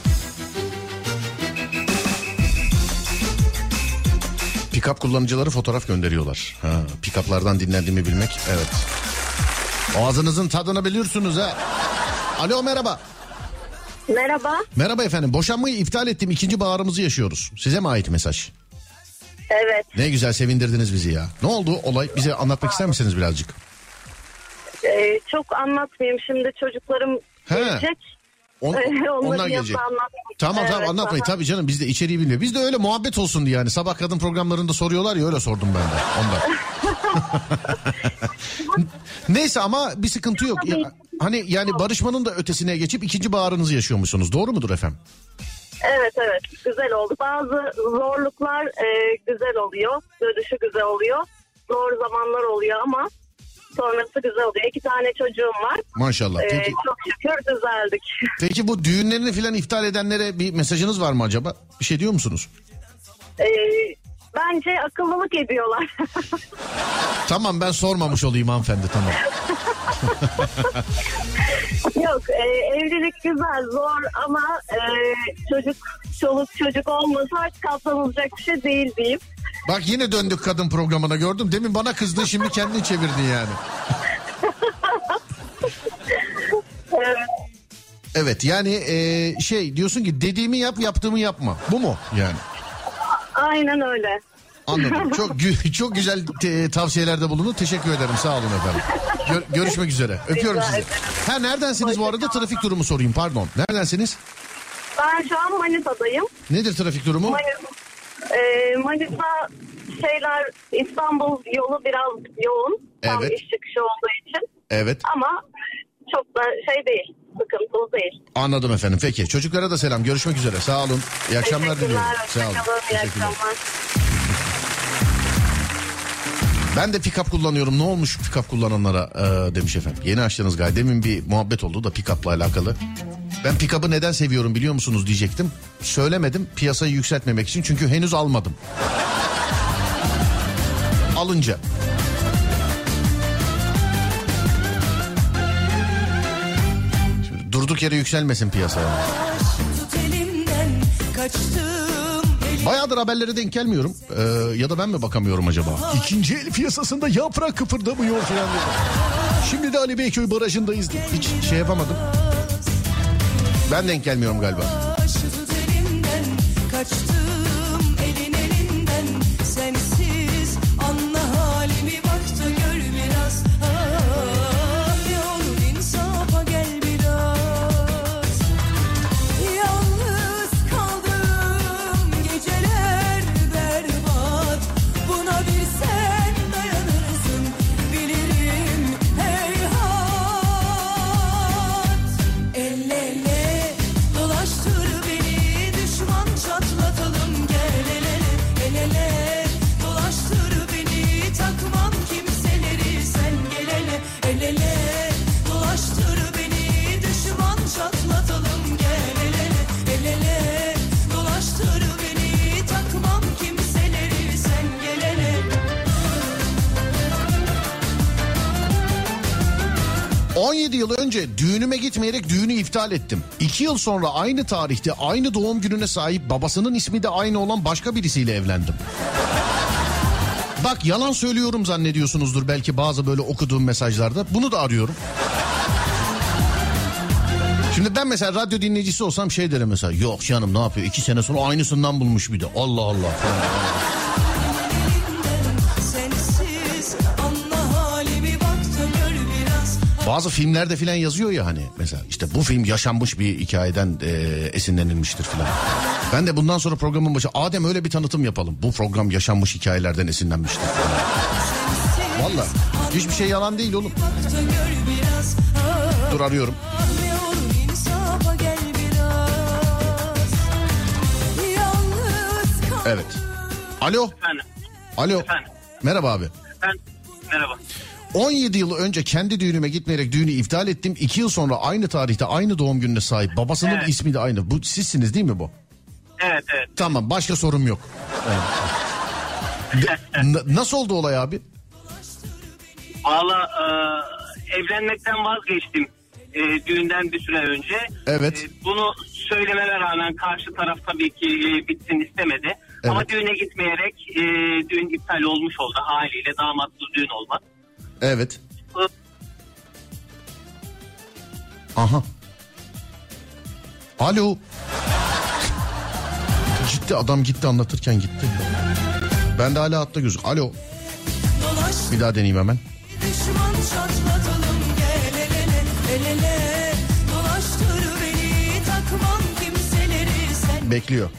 Pick-up kullanıcıları fotoğraf gönderiyorlar. Ha, pick-up'lardan dinlendiğimi bilmek, evet. Ağzınızın tadını biliyorsunuz ha. Alo, merhaba. Merhaba. Merhaba efendim. Boşanmayı iptal ettim. 2. baharımızı yaşıyoruz. Size mi ait mesaj? Evet. Ne güzel, sevindirdiniz bizi ya. Ne oldu olay? Bize anlatmak ister misiniz birazcık? Çok anlatmayayım şimdi, çocuklarım gelecek. Onlar gelecek. Tamam anlatmayın tabii canım, biz de içeriği bilmiyoruz. Biz de öyle muhabbet olsun diye yani, sabah kadın programlarında soruyorlar ya, öyle sordum ben de ondan. Neyse ama bir sıkıntı yok. Hani yani barışmanın da ötesine geçip ikinci baharınızı yaşıyormuşsunuz, doğru mudur efendim? Evet güzel oldu. Bazı zorluklar güzel oluyor. Dönüşü güzel oluyor. Zor zamanlar oluyor ama sonrası güzel oluyor. 2 tane çocuğum var. Maşallah. Peki, çok şükür düzeldik. Peki bu düğünlerini falan iptal edenlere bir mesajınız var mı acaba? Bir şey diyor musunuz? Bence akıllılık ediyorlar. Tamam, ben sormamış olayım hanımefendi, tamam. Yok, evlilik güzel, zor ama çoluk çocuk olmasa katlanılacak bir şey değil diyeyim. Bak yine döndük kadın programına, gördüm. Demin bana kızdın, şimdi kendini çevirdin yani. Evet yani diyorsun ki dediğimi yap, yaptığımı yapma. Bu mu yani? Aynen öyle. Anladım. Çok güzel tavsiyelerde bulundun. Teşekkür ederim. Sağ olun efendim. Görüşmek üzere. Öpüyorum sizi. Neredensiniz bu arada? Trafik durumu sorayım, pardon. Neredensiniz? Ben şu an Manisa'dayım. Nedir trafik durumu? Manisa İstanbul yolu biraz yoğun. Tam iş çıkışı olduğu için. Evet. Ama çok da değil. Sıkıntılı değil. Anladım efendim. Peki. Çocuklara da selam. Görüşmek üzere. Sağ olun. İyi akşamlar diliyorum. Sağ olun. İyi akşamlar. Ben de pick-up kullanıyorum. Ne olmuş pick-up kullananlara demiş efendim. Yeni açtınız galiba. Demin bir muhabbet oldu da pick-up'la alakalı. Ben pick-up'ı neden seviyorum biliyor musunuz diyecektim. Söylemedim piyasayı yükseltmemek için. Çünkü henüz almadım. Alınca. Şimdi durduk yere yükselmesin piyasa. Bayağıdır haberlere denk gelmiyorum. Ya da ben mi bakamıyorum acaba? İkinci el piyasasında yaprak kıpırdamıyor falan dedi. Şimdi de Ali Beyköy barajındayız. Hiç şey yapamadım. Ben denk gelmiyorum galiba. Kaçtım elin elinden, sensiz anla halimi, bak da gör biraz. Yol insafa gel biraz. Yalnız kaldım geceler berbat, buna bir sen dayanırsın bilirim heyhat. El ele dolaştır beni, düşman çatlatalım gel el ele. El ele dolaştır beni, takmam kimseleri, sen gel ele. El ele dolaştır beni, düşman çatlatalım gel el ele. El ele dolaştır beni, takmam kimseleri, sen gel ele. 17 yıl önce düğünüme gitmeyerek düğünü iptal ettim. 2 yıl sonra aynı tarihte aynı doğum gününe sahip, babasının ismi de aynı olan başka birisiyle evlendim. Bak yalan söylüyorum zannediyorsunuzdur belki bazı böyle okuduğum mesajlarda. Bunu da arıyorum. Şimdi ben mesela radyo dinleyicisi olsam şey derim mesela. Yok canım, ne yapıyor? 2 sene sonra aynısından bulmuş bir de. Allah Allah falan. Bazı filmlerde filan yazıyor ya hani mesela işte bu film yaşanmış bir hikayeden esinlenilmiştir filan. Ben de bundan sonra programın başı Adem öyle bir tanıtım yapalım. Bu program yaşanmış hikayelerden esinlenmiştir. Valla hiçbir şey yalan değil oğlum. Dur arıyorum. Evet. Alo. Efendim. Alo. Efendim. Merhaba abi. Merhaba. 17 yıl önce kendi düğünüme gitmeyerek düğünü iptal ettim. 2 yıl sonra aynı tarihte aynı doğum gününe sahip. Babasının ismi de aynı. Bu sizsiniz değil mi bu? Evet. Tamam, başka sorum yok. Evet. Nasıl oldu olay abi? Valla evlenmekten vazgeçtim düğünden bir süre önce. Evet. Bunu söylememe rağmen karşı taraf tabii ki bitsin istemedi. Evet. Ama düğüne gitmeyerek düğün iptal olmuş oldu, haliyle damatsız düğün olmaz. Evet. Aha. Alo. Gitti adam, gitti anlatırken gitti. Ben de hala hatta gözük. Alo. Bir daha deneyeyim hemen. Düşman çatlatalım El ele dolaştır beni, takmam kimseleri sen. Bekliyor.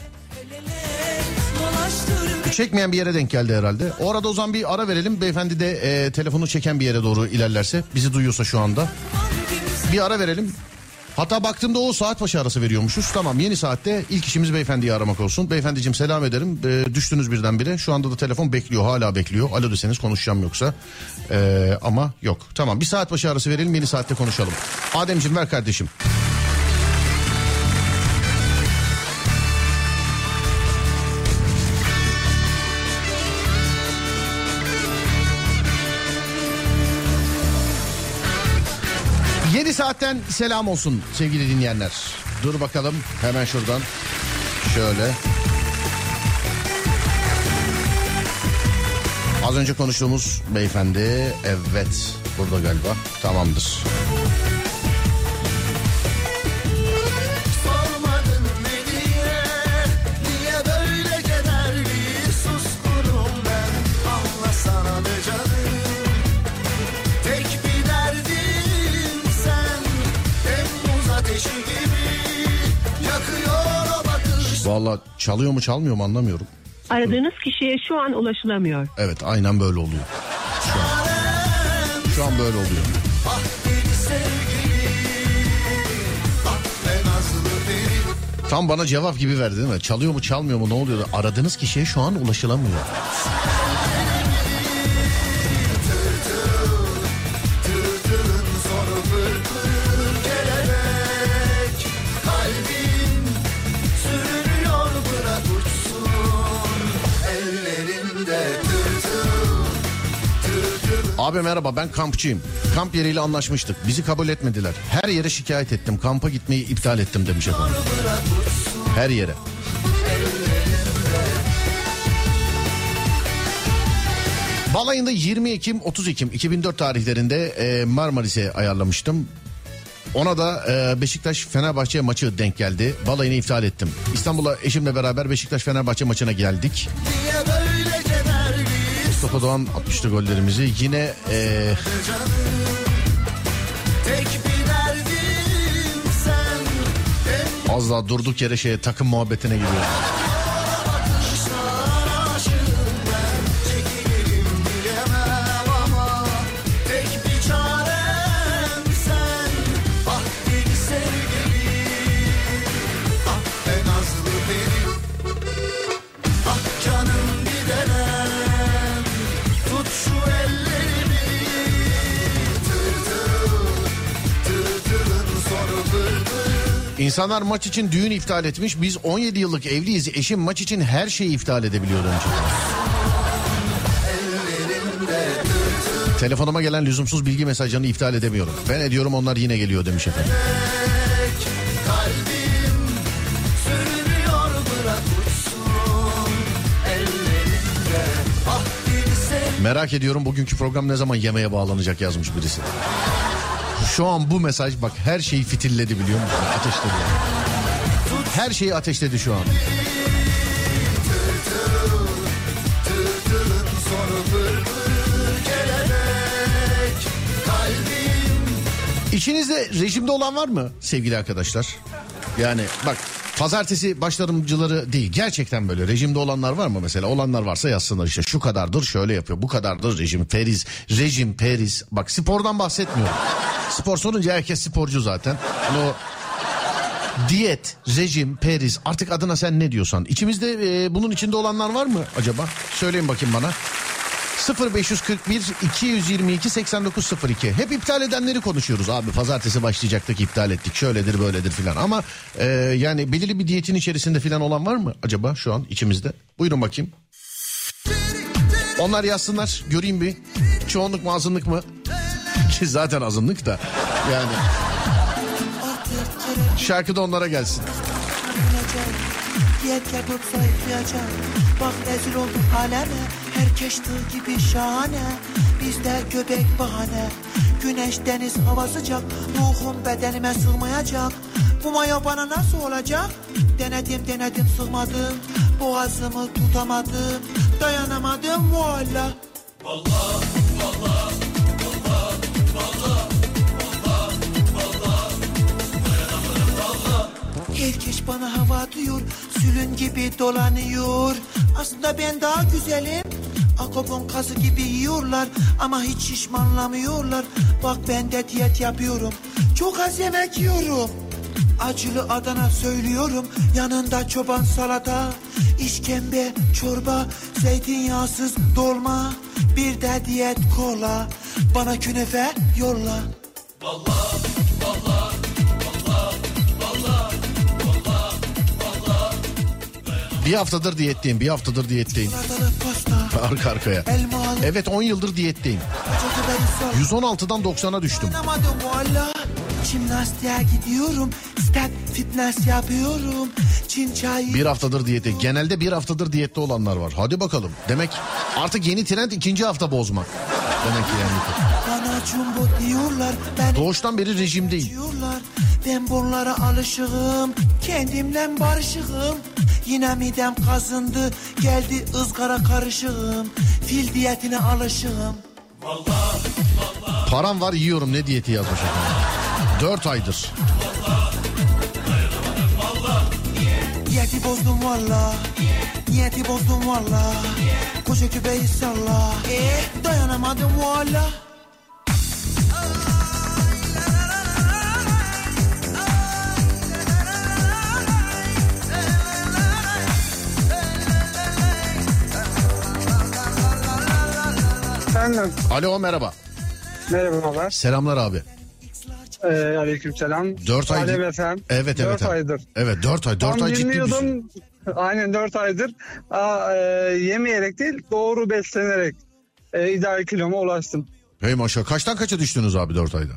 Çekmeyen bir yere denk geldi herhalde. O arada o zaman bir ara verelim. Beyefendi de telefonu çeken bir yere doğru ilerlerse, bizi duyuyorsa şu anda. Bir ara verelim. Hatta baktığımda o saat başı arası veriyormuşuz. Tamam, yeni saatte ilk işimiz beyefendiyi aramak olsun. Beyefendiciğim selam ederim. Düştünüz birdenbire. Şu anda da telefon bekliyor, hala bekliyor. Alo deseniz konuşacağım yoksa. Ama yok. Tamam, bir saat başı arası verelim, yeni saatte konuşalım. Ademciğim ver kardeşim. Yeni saatten selam olsun sevgili dinleyenler. Dur bakalım hemen şuradan. Şöyle. Az önce konuştuğumuz beyefendi, evet burada galiba, tamamdır. Vallahi çalıyor mu çalmıyor mu anlamıyorum. Aradığınız kişiye şu an ulaşılamıyor. Evet, aynen böyle oluyor. Şu an böyle oluyor. Tam bana cevap gibi verdi değil mi? Çalıyor mu çalmıyor mu, ne oluyor? Aradığınız kişiye şu an ulaşılamıyor. Abi merhaba, ben kampçıyım. Kamp yeriyle anlaşmıştık. Bizi kabul etmediler. Her yere şikayet ettim. Kampa gitmeyi iptal ettim demiş efendim. Her yere. Balayında 20 Ekim 30 Ekim 2004 tarihlerinde Marmaris'e ayarlamıştım. Ona da Beşiktaş Fenerbahçe maçı denk geldi. Balayını iptal ettim. İstanbul'a eşimle beraber Beşiktaş Fenerbahçe maçına geldik. Mustafa Doğan atmıştı gollerimizi. Yine az daha durduk yere takım muhabbetine giriyor. İnsanlar maç için düğün iptal etmiş. Biz 17 yıllık evliyiz. Eşim maç için her şeyi iptal edebiliyor önce. Telefonuma gelen lüzumsuz bilgi mesajlarını iptal edemiyorum. Ben ediyorum, onlar yine geliyor demiş efendim. Merak ediyorum bugünkü program ne zaman yemeğe bağlanacak yazmış birisi. Şu an bu mesaj bak her şeyi fitilledi, biliyor musun? Ateşledi. Her şeyi ateşledi şu an. İçinizde rejimde olan var mı sevgili arkadaşlar? Yani bak, pazartesi başlarımcıları değil, gerçekten böyle rejimde olanlar var mı mesela? Olanlar varsa yazsınlar, işte şu kadardır şöyle yapıyor, bu kadardır rejim periz. Bak, spordan bahsetmiyorum. Spor sorunca herkes sporcu zaten. Hani o diyet, rejim, periz, artık adına sen ne diyorsan. İçimizde bunun içinde olanlar var mı acaba? Söyleyin bakayım bana. 0541 222 8902. Hep iptal edenleri konuşuyoruz abi. Pazartesi başlayacaktık, iptal ettik, şöyledir böyledir filan. Ama yani belirli bir diyetin içerisinde filan olan var mı acaba şu an içimizde? Buyurun bakayım. Onlar yazsınlar, göreyim bir. Çoğunluk mu azınlık mı? Ki zaten azınlık da yani. Şarkı da onlara gelsin. Diyet yapıp zayıflayacağım. Bak rezil oldum aleme. Herkes tığ gibi şahane. Bizde göbek bahane. Güneş deniz hava sıcak. Ruhum bedenime sığmayacak. Bu mayo bana nasıl olacak? Denedim sığmadım. Boğazımı tutamadım. Dayanamadım valla. Vallahi. Herkes bana hava atıyor, sülün gibi dolanıyor. Aslında ben daha güzelim. Akopon kazı gibi yiyorlar ama hiç şişmanlamıyorlar. Bak ben de diyet yapıyorum, çok az yemek yiyorum. Acılı Adana söylüyorum, yanında çoban salata, işkembe, çorba, zeytinyağsız dolma, bir de diyet kola. Bana künefe yolla. Vallahi, vallahi, vallahi, vallahi, vallahi, vallahi. Bir haftadır diyetteyim, bir haftadır diyetteyim. Arka arkaya. Evet 10 yıldır diyetteyim. 116'dan 90'a düştüm. Jimnastiğe gidiyorum, step fitness yapıyorum. Çin çayı. Bir haftadır diyette. Genelde bir haftadır diyette olanlar var. Hadi bakalım. Demek artık yeni trend ikinci hafta bozmak. Demek ki yani. Bana jumbo diyorlar. Doğuştan beri rejimdeyim. Ben bunlara alışığım. Kendimle barışığım. Yine midem kazındı. Geldi ızgara karışığım. Fil diyetine alışığım. Param var yiyorum, ne diyeti yazmış efendim. 4 aydır. Niyeti bozdum valla. Niyeti bozdum valla. Koca küpeyi salla. Dayanamadım valla. Efendim. Alo merhaba. Merhabalar. Selamlar abi. Aleykümselam. 4 aydır. Alem efendim. Evet 4 aydır. Evet 4 ay. 4 ay ciddi bilmiyordum. Aynen 4 aydır. Yemeyerek değil, doğru beslenerek ideal kiloma ulaştım. Hey maşallah. Kaçtan kaça düştünüz abi 4 ayda?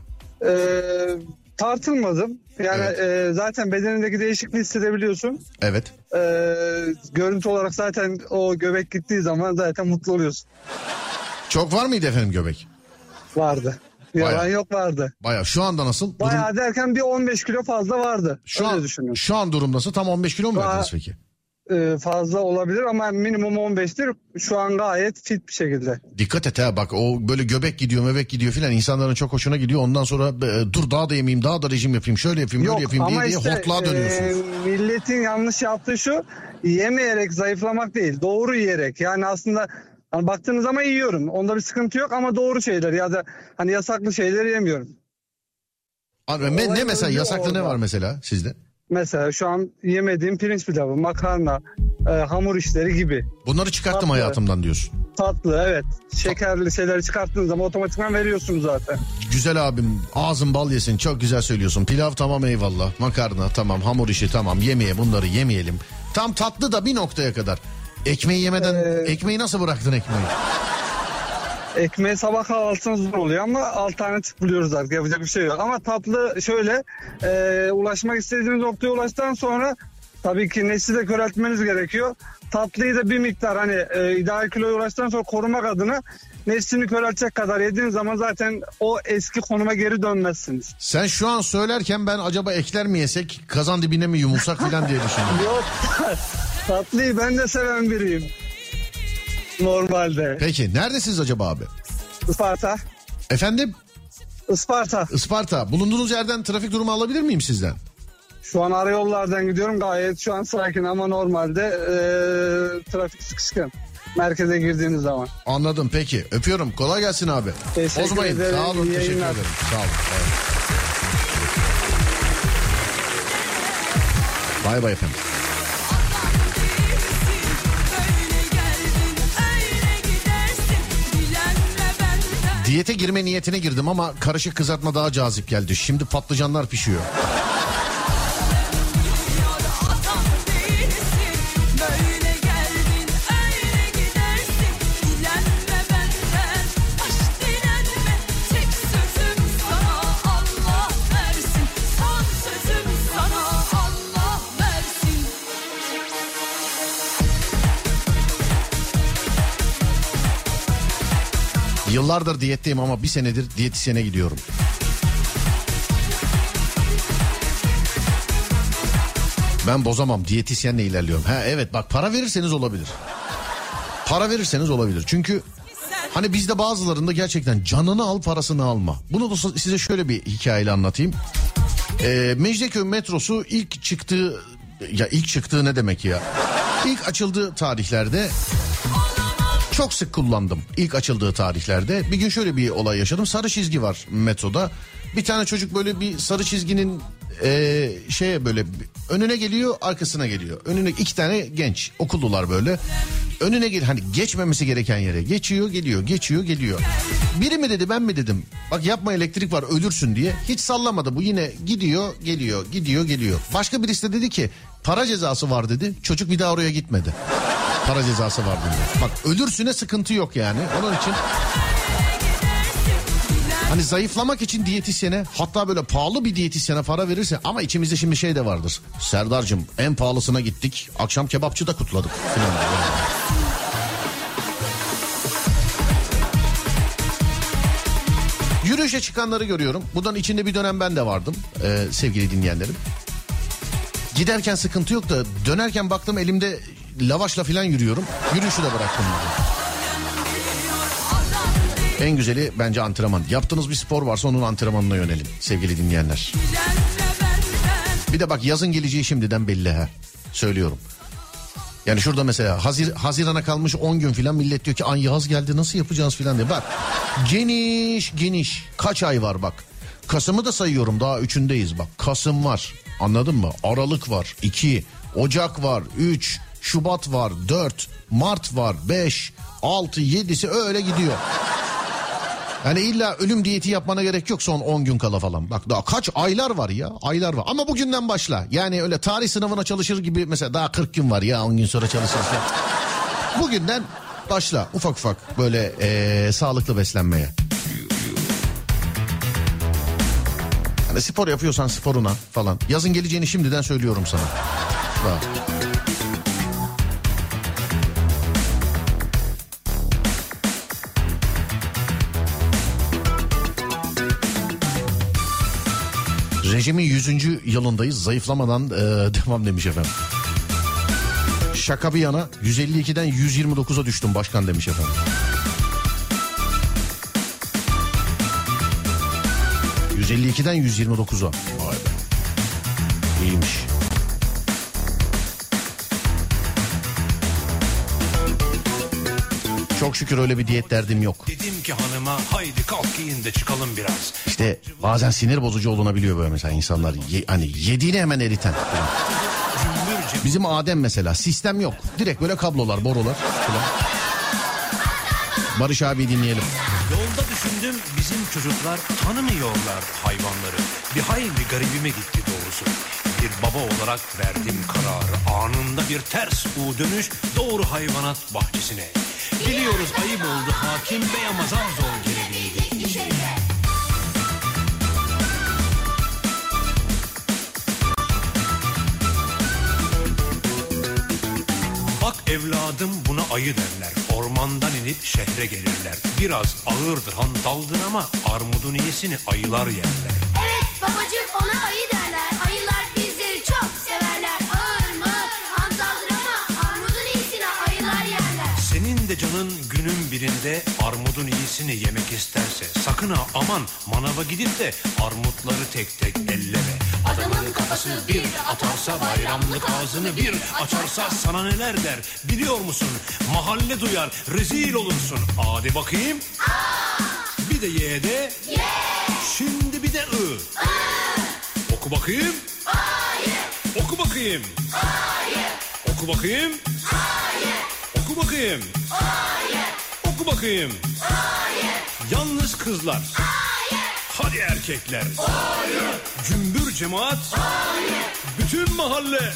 Tartılmadım. Yani zaten bedenindeki değişikliği hissedebiliyorsun. Evet. Görüntü olarak zaten o göbek gittiği zaman zaten mutlu oluyorsun. Çok var mıydı efendim göbek? Vardı. Yalan yok, vardı. Bayağı. Şu anda nasıl? Bayağı derken bir 15 kilo fazla vardı. Şu an durum nasıl? Tam 15 kilo mu verdiniz peki? Fazla olabilir ama minimum 15'tir. Şu an gayet fit bir şekilde. Dikkat et ha, bak o böyle göbek gidiyor filan, insanların çok hoşuna gidiyor. Ondan sonra dur daha da yemeyeyim, daha da rejim yapayım, şöyle yapayım, böyle yapayım diye işte, hortlağa dönüyorsunuz. Milletin yanlış yaptığı şu, yemeyerek zayıflamak değil, doğru yiyerek. Yani aslında hani baktığınız zaman yiyorum, onda bir sıkıntı yok ama doğru şeyler ya da hani yasaklı şeyleri yemiyorum. Abi, ne mesela yasaklı ne var mesela sizde? Mesela şu an yemediğim pirinç pilavı, makarna, hamur işleri gibi. Bunları çıkarttım hayatımdan diyorsun. Tatlı, evet. Şekerli şeyleri çıkarttığınız zaman otomatikman veriyorsunuz zaten. Güzel abim, ağzın bal yesin, çok güzel söylüyorsun. Pilav tamam eyvallah, makarna tamam, hamur işi tamam, bunları yemeyelim. Tam tatlı da bir noktaya kadar. Ekmeği yemeden, ekmeği nasıl bıraktın ekmeği? Ekmeği sabah kahvaltısına zor oluyor ama alternatif buluyoruz artık, yapacak bir şey yok. Ama tatlı şöyle, ulaşmak istediğiniz noktaya ulaştıktan sonra tabii ki nesli de köreltmeniz gerekiyor. Tatlıyı da bir miktar hani ideal kiloya ulaştıktan sonra korumak adına neslini köreltecek kadar yediğiniz zaman zaten o eski konuma geri dönmezsiniz. Sen şu an söylerken ben acaba ekler mi yesek, kazan dibine mi yumulsak filan diye düşündüm. Yok, tatlıyı ben de seven biriyim. Normalde. Peki neredesiniz acaba abi? Isparta. Efendim? Isparta. Isparta. Bulunduğunuz yerden trafik durumu alabilir miyim sizden? Şu an arayollardan gidiyorum, gayet şu an sakin ama normalde trafik sıkışkın. Merkeze girdiğiniz zaman. Anladım, peki. Öpüyorum. Kolay gelsin abi. Teşekkür ederim. Sağ olun. Teşekkür ederim. Sağ olun. Evet. Bay bay efendim. Diyete girme niyetine girdim ama karışık kızartma daha cazip geldi. Şimdi patlıcanlar pişiyor. Yıllardır diyetteyim ama bir senedir diyetisyene gidiyorum. Ben bozamam, diyetisyenle ilerliyorum. Ha evet, bak para verirseniz olabilir. Para verirseniz olabilir. Çünkü hani bizde bazılarında gerçekten canını al parasını alma. Bunu da size şöyle bir hikayeyle anlatayım. Mecidiyeköy metrosu ilk çıktığı ne demek ya? İlk açıldığı tarihlerde çok sık kullandım. İlk açıldığı tarihlerde. Bir gün şöyle bir olay yaşadım. Sarı çizgi var metroda. Bir tane çocuk böyle bir sarı çizginin böyle önüne geliyor, arkasına geliyor. Önüne iki tane genç okullular böyle. Önüne hani geçmemesi gereken yere geçiyor, geliyor, geçiyor, geliyor. Biri mi dedi, ben mi dedim? Bak yapma, elektrik var, ölürsün diye. Hiç sallamadı, bu yine gidiyor, geliyor, gidiyor, geliyor. Başka birisi de dedi ki para cezası var dedi. Çocuk bir daha oraya gitmedi. Para cezası var dedi. Bak ölürsüne sıkıntı yok yani. Onun için hani zayıflamak için diyetisyene, hatta böyle pahalı bir diyetisyene para verirse, ama içimizde şimdi şey de vardır. Serdar'cığım en pahalısına gittik, akşam kebapçıda kutladık falan. Yürüyüşe çıkanları görüyorum. Bundan içinde bir dönem ben de vardım sevgili dinleyenlerim. Giderken sıkıntı yok da dönerken baktım elimde lavaşla falan yürüyorum. Yürüyüşü de bıraktım. En güzeli bence antrenman. Yaptığınız bir spor varsa onun antrenmanına yönelin sevgili dinleyenler. Bir de bak yazın geleceği şimdiden belli ha. Söylüyorum. Yani şurada mesela Haziran'a kalmış 10 gün filan, millet diyor ki ay yaz geldi nasıl yapacağız filan diye. Bak geniş kaç ay var bak. Kasım'ı da sayıyorum, daha 3'ündeyiz bak. Kasım var, anladın mı? Aralık var 2, Ocak var 3, Şubat var 4, Mart var 5, 6, 7'si öyle gidiyor. Yani illa ölüm diyeti yapmana gerek yok son 10 gün kala falan. Bak daha kaç aylar var ya, aylar var. Ama bugünden başla. Yani öyle tarih sınavına çalışır gibi mesela daha 40 gün var ya, 10 gün sonra çalışırsa. Bugünden başla ufak ufak böyle sağlıklı beslenmeye. Yani spor yapıyorsan sporuna falan. Yazın geleceğini şimdiden söylüyorum sana. Bak. Rejimin 100. yılındayız. Zayıflamadan devam demiş efendim. Şaka bir yana 152'den 129'a düştüm başkan demiş efendim. ...152'den 129'a. Vay be. İyiymiş. Çok şükür öyle bir diyet derdim yok. Dedim ki hanıma haydi kalk giyin de çıkalım biraz. İşte bazen sinir bozucu olunabiliyor böyle mesela insanlar. Hani yediğini hemen eriten. Bizim Adem mesela sistem yok. Direkt böyle kablolar, borular falan. Barış abi dinleyelim. Yolda düşündüm bizim çocuklar tanımıyorlar hayvanları. Bir hayli garibime gitti doğrusu. Bir baba olarak verdim kararı. Anında bir ters U dönüş doğru hayvanat bahçesine. Biliyoruz ayıp oldu hakim bey ama zar zor gelebildi içeri. Bak evladım buna ayı derler. Ormandan inip şehre gelirler. Biraz ağırdır hantaldır ama armudun iyisini ayılar yerler. Evet babacığım ona ayı derler. Ayılar bizleri çok severler. Ağır mı hantaldır ama armudun iyisini ayılar yerler. Senin de canın günün birinde armudun iyisini yemek isterse sakın ha aman manava gidip de armutları tek tek elleme. Adamın kafası bir atarsa bayramlık ağzını bir açarsa sana neler der biliyor musun? Mahalle duyar rezil olursun. Hadi bakayım. Bir de ye de. Şimdi bir de ı. Oku bakayım. Oku bakayım. Oku bakayım. Oku bakayım. Oku bakayım. Yalnız kızlar. Hadi erkekler. Cümbür cemaat. Bütün mahalle.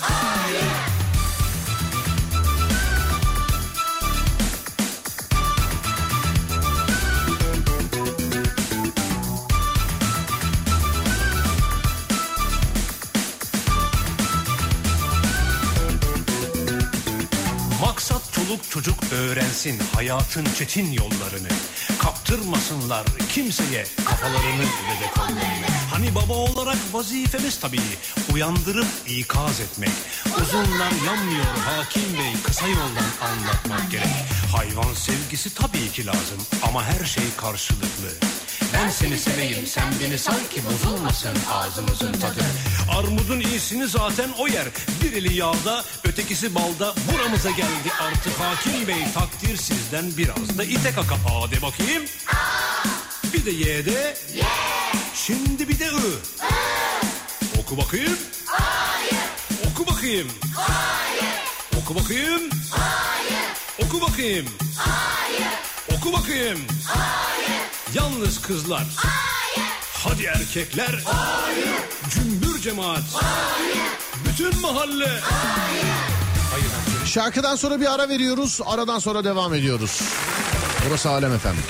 Maksat çoluk çocuk öğrensin hayatın çetin yollarını. Kaptırmasınlar kimseye kafalarını ve de kollarını. Hani baba olarak vazifemiz tabii uyandırıp ikaz etmek. Uzunlar yanmıyor hakim bey kısa yoldan anlatmak gerek. Hayvan sevgisi tabii ki lazım ama her şey karşılıklı. Ben seni seveyim sen beni sanki bozulmasın ağzımızın tadı. Armudun iyisini zaten o yer. Bir eli yağda ötekisi balda. Buramıza geldi artık hakim bey. Takdir sizden biraz da ite kaka. A de bakayım. Bir de Y de. Şimdi bir de I. Oku bakayım. Oku bakayım. Oku bakayım. Oku bakayım. Oku bakayım. Yalnız kızlar. Hadi erkekler. Cümbür cemaat. Bütün mahalle. Şarkıdan sonra bir ara veriyoruz. Aradan sonra devam ediyoruz. Burası Alem efendim.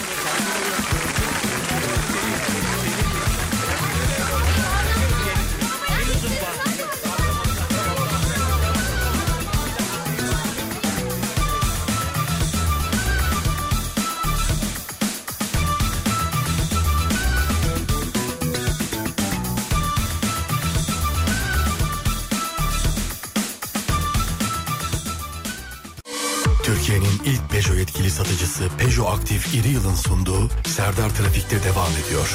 Türkiye'nin ilk Peugeot yetkili satıcısı Peugeot Aktif İri Yıl'ın sunduğu Serdar Trafik'te devam ediyor.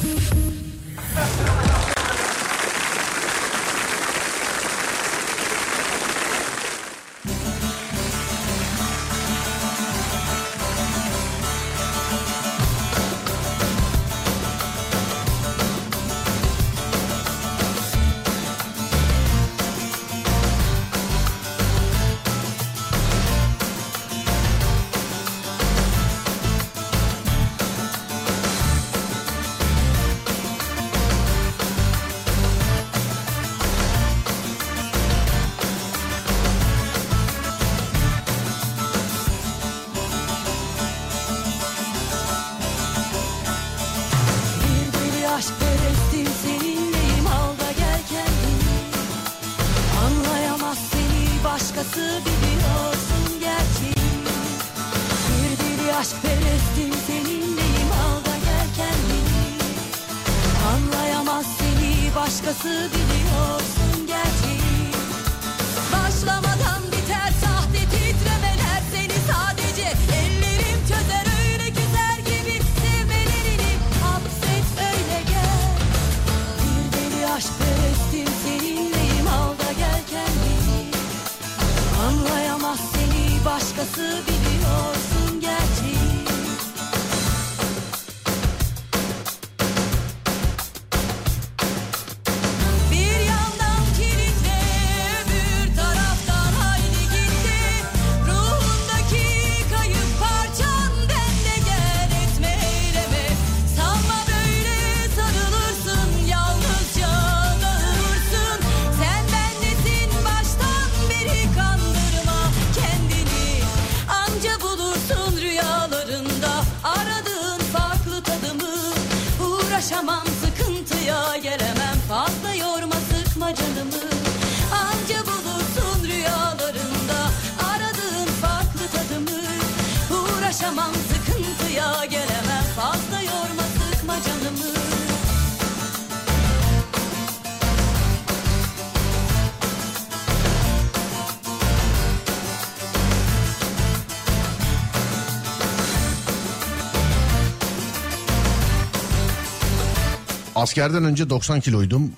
Askerden önce 90 kiloydum.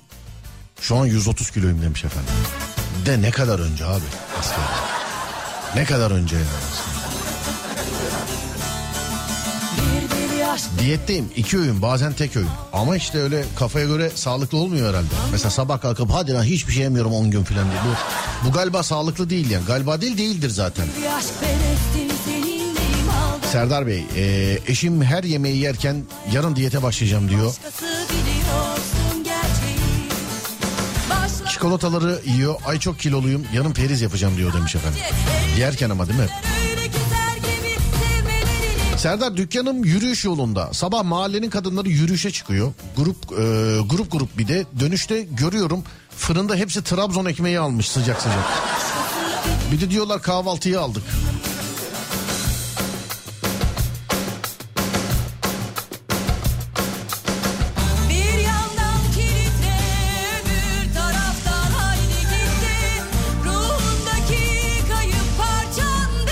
Şu an 130 kiloyum demiş efendim. De ne kadar önce abi askerden? Ne kadar önce yani? Diyetteyim, 2 öğün bazen tek öğün. Ama işte öyle kafaya göre sağlıklı olmuyor herhalde. Mesela sabah kalkıp hadi lan hiçbir şey yemiyorum 10 gün falan diye. Bu galiba sağlıklı değil yani. Galiba değildir zaten. Serdar Bey, eşim her yemeği yerken yarın diyete başlayacağım diyor. Çikolataları yiyor. Ay çok kiloluyum. Yarın periz yapacağım diyor demiş efendim. Yerken ama değil mi? Serdar, dükkanım yürüyüş yolunda. Sabah mahallenin kadınları yürüyüşe çıkıyor. Grup bir de. Dönüşte görüyorum fırında hepsi Trabzon ekmeği almış sıcak sıcak. Bir de diyorlar kahvaltıyı aldık.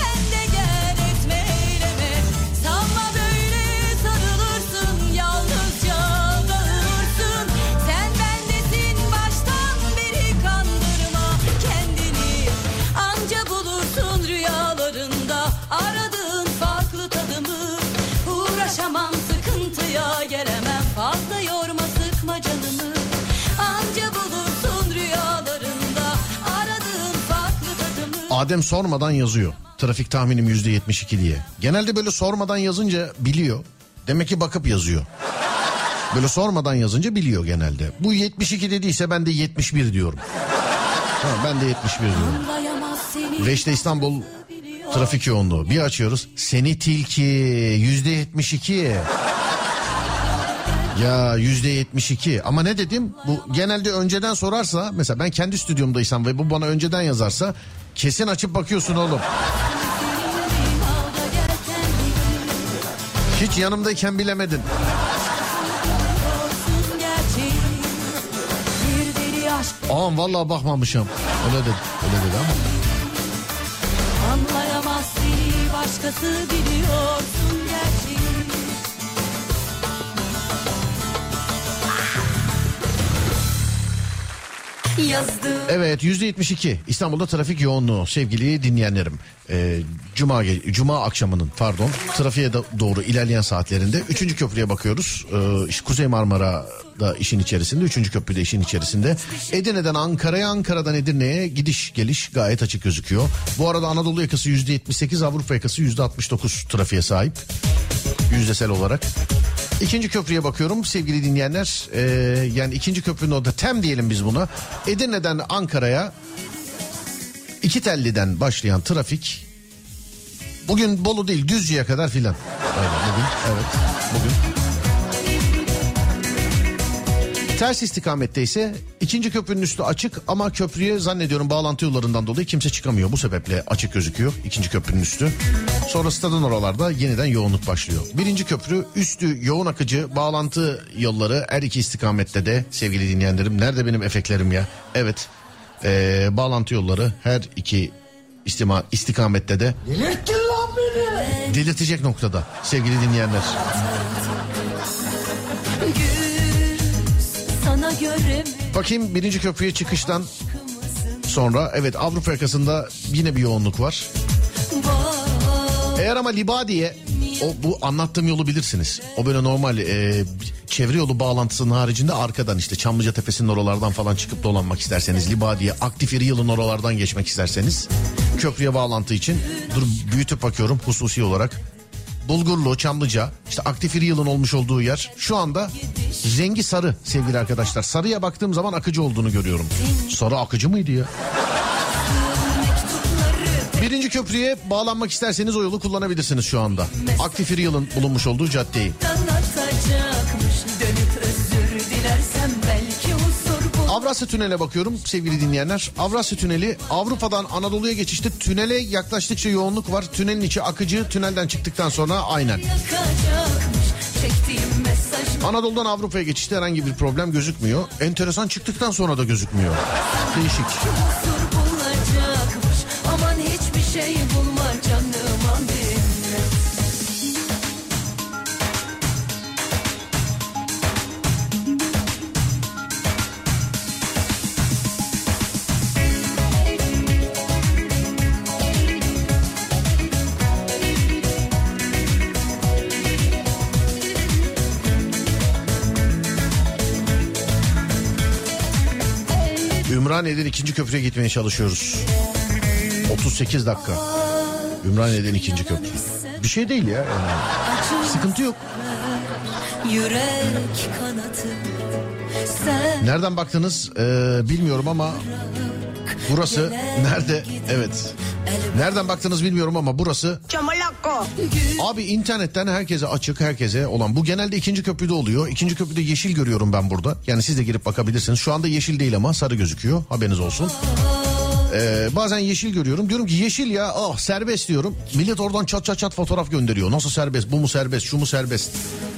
Yalnız Adem sormadan yazıyor. Trafik tahminim %72 diye. Genelde böyle sormadan yazınca biliyor. Demek ki bakıp yazıyor. Böyle sormadan yazınca biliyor genelde. Bu 72 dediyse ben de 71 diyorum. Tamam, ben de 71 diyorum. Reşte İstanbul trafik yoğunluğu. Bir açıyoruz. Seni tilki %72. Ya %72 ama ne dedim, bu genelde önceden sorarsa, mesela ben kendi stüdyomdaysam ve bu bana önceden yazarsa kesin açıp bakıyorsun oğlum. Hiç yanımdayken bilemedin. Ağam vallahi bakmamışım. Öyle dedi ama. Anlayamaz seni başkası, biliyorsun gerçeği. Evet, %72 İstanbul'da trafik yoğunluğu sevgili dinleyenlerim. Cuma akşamının trafiğe doğru ilerleyen saatlerinde 3. köprüye bakıyoruz. İşte Kuzey Marmara'da işin içerisinde, 3. köprüde işin içerisinde. Edirne'den Ankara'ya, Ankara'dan Edirne'ye gidiş geliş gayet açık gözüküyor. Bu arada Anadolu yakası %78, Avrupa yakası %69 trafiğe sahip yüzdesel olarak. 2. köprüye bakıyorum sevgili dinleyenler. Yani 2. köprünün orada tem diyelim biz buna. Edirne'den Ankara'ya İki Telli'den başlayan trafik bugün Bolu değil Düzce'ye kadar filan. Bugün. Ters istikamette ise 2. köprünün üstü açık ama köprüye zannediyorum bağlantı yollarından dolayı kimse çıkamıyor. Bu sebeple açık gözüküyor 2. köprünün üstü. Sonra stadın oralarda yeniden yoğunluk başlıyor. 1. köprü üstü yoğun akıcı, bağlantı yolları her iki istikamette de sevgili dinleyenlerim. Nerede benim efektlerim ya? Evet, bağlantı yolları her iki istikamette de. Delirttin lan beni. Delirtecek noktada sevgili dinleyenler. Bakayım 1. köprüye çıkıştan sonra evet Avrupa yakasında yine bir yoğunluk var. Eğer ama Libadiye, bu anlattığım yolu bilirsiniz. O böyle normal çevre yolu bağlantısının haricinde arkadan işte Çamlıca Tepesi'nin oralardan falan çıkıp dolanmak isterseniz, Libadiye, Aktif İri Yıl'ın oralardan geçmek isterseniz köprüye bağlantı için büyütüp bakıyorum hususi olarak. Bulgurlu, Çamlıca, işte Aktif İri Yıl'ın olmuş olduğu yer şu anda rengi sarı sevgili arkadaşlar. Sarıya baktığım zaman akıcı olduğunu görüyorum. Sarı akıcı mıydı ya? 1. köprüye bağlanmak isterseniz o yolu kullanabilirsiniz şu anda. Aktif İri Yıl'ın bulunmuş olduğu caddeyi. Avrasya Tüneli'ne bakıyorum sevgili dinleyenler. Avrasya Tüneli, Avrupa'dan Anadolu'ya geçişte tünele yaklaştıkça yoğunluk var. Tünelin içi akıcı, tünelden çıktıktan sonra aynen. Anadolu'dan Avrupa'ya geçişte herhangi bir problem gözükmüyor. Enteresan, çıktıktan sonra da gözükmüyor. Değişik. Aman hiçbir şey bulma canıma minnet. Ümraniye'den 2. köprüye gitmeye çalışıyoruz. 38 dakika. Ümraniye'den 2. köprü. Bir şey değil ya. Yani. Sıkıntı yok. Yürek kanatı. Nereden baktınız bilmiyorum ama burası nerede? Evet. Nereden baktınız bilmiyorum ama burası. Abi internetten herkese açık, herkese olan. Bu genelde 2. köprüde oluyor. 2. köprüde yeşil görüyorum ben burada. Yani siz de girip bakabilirsiniz. Şu anda yeşil değil ama sarı gözüküyor. Haberiniz olsun. Bazen yeşil görüyorum. Diyorum ki yeşil ya, serbest diyorum. Millet oradan çat çat fotoğraf gönderiyor. Nasıl serbest? Bu mu serbest? Şu mu serbest?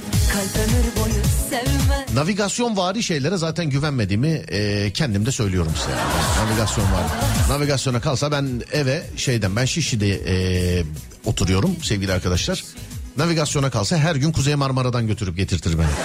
Navigasyon vari şeylere zaten güvenmediğimi kendim de söylüyorum size. Navigasyon vari. Navigasyona kalsa ben ben Şişli'de oturuyorum sevgili arkadaşlar. Navigasyona kalsa her gün Kuzey Marmara'dan götürüp getirtir beni.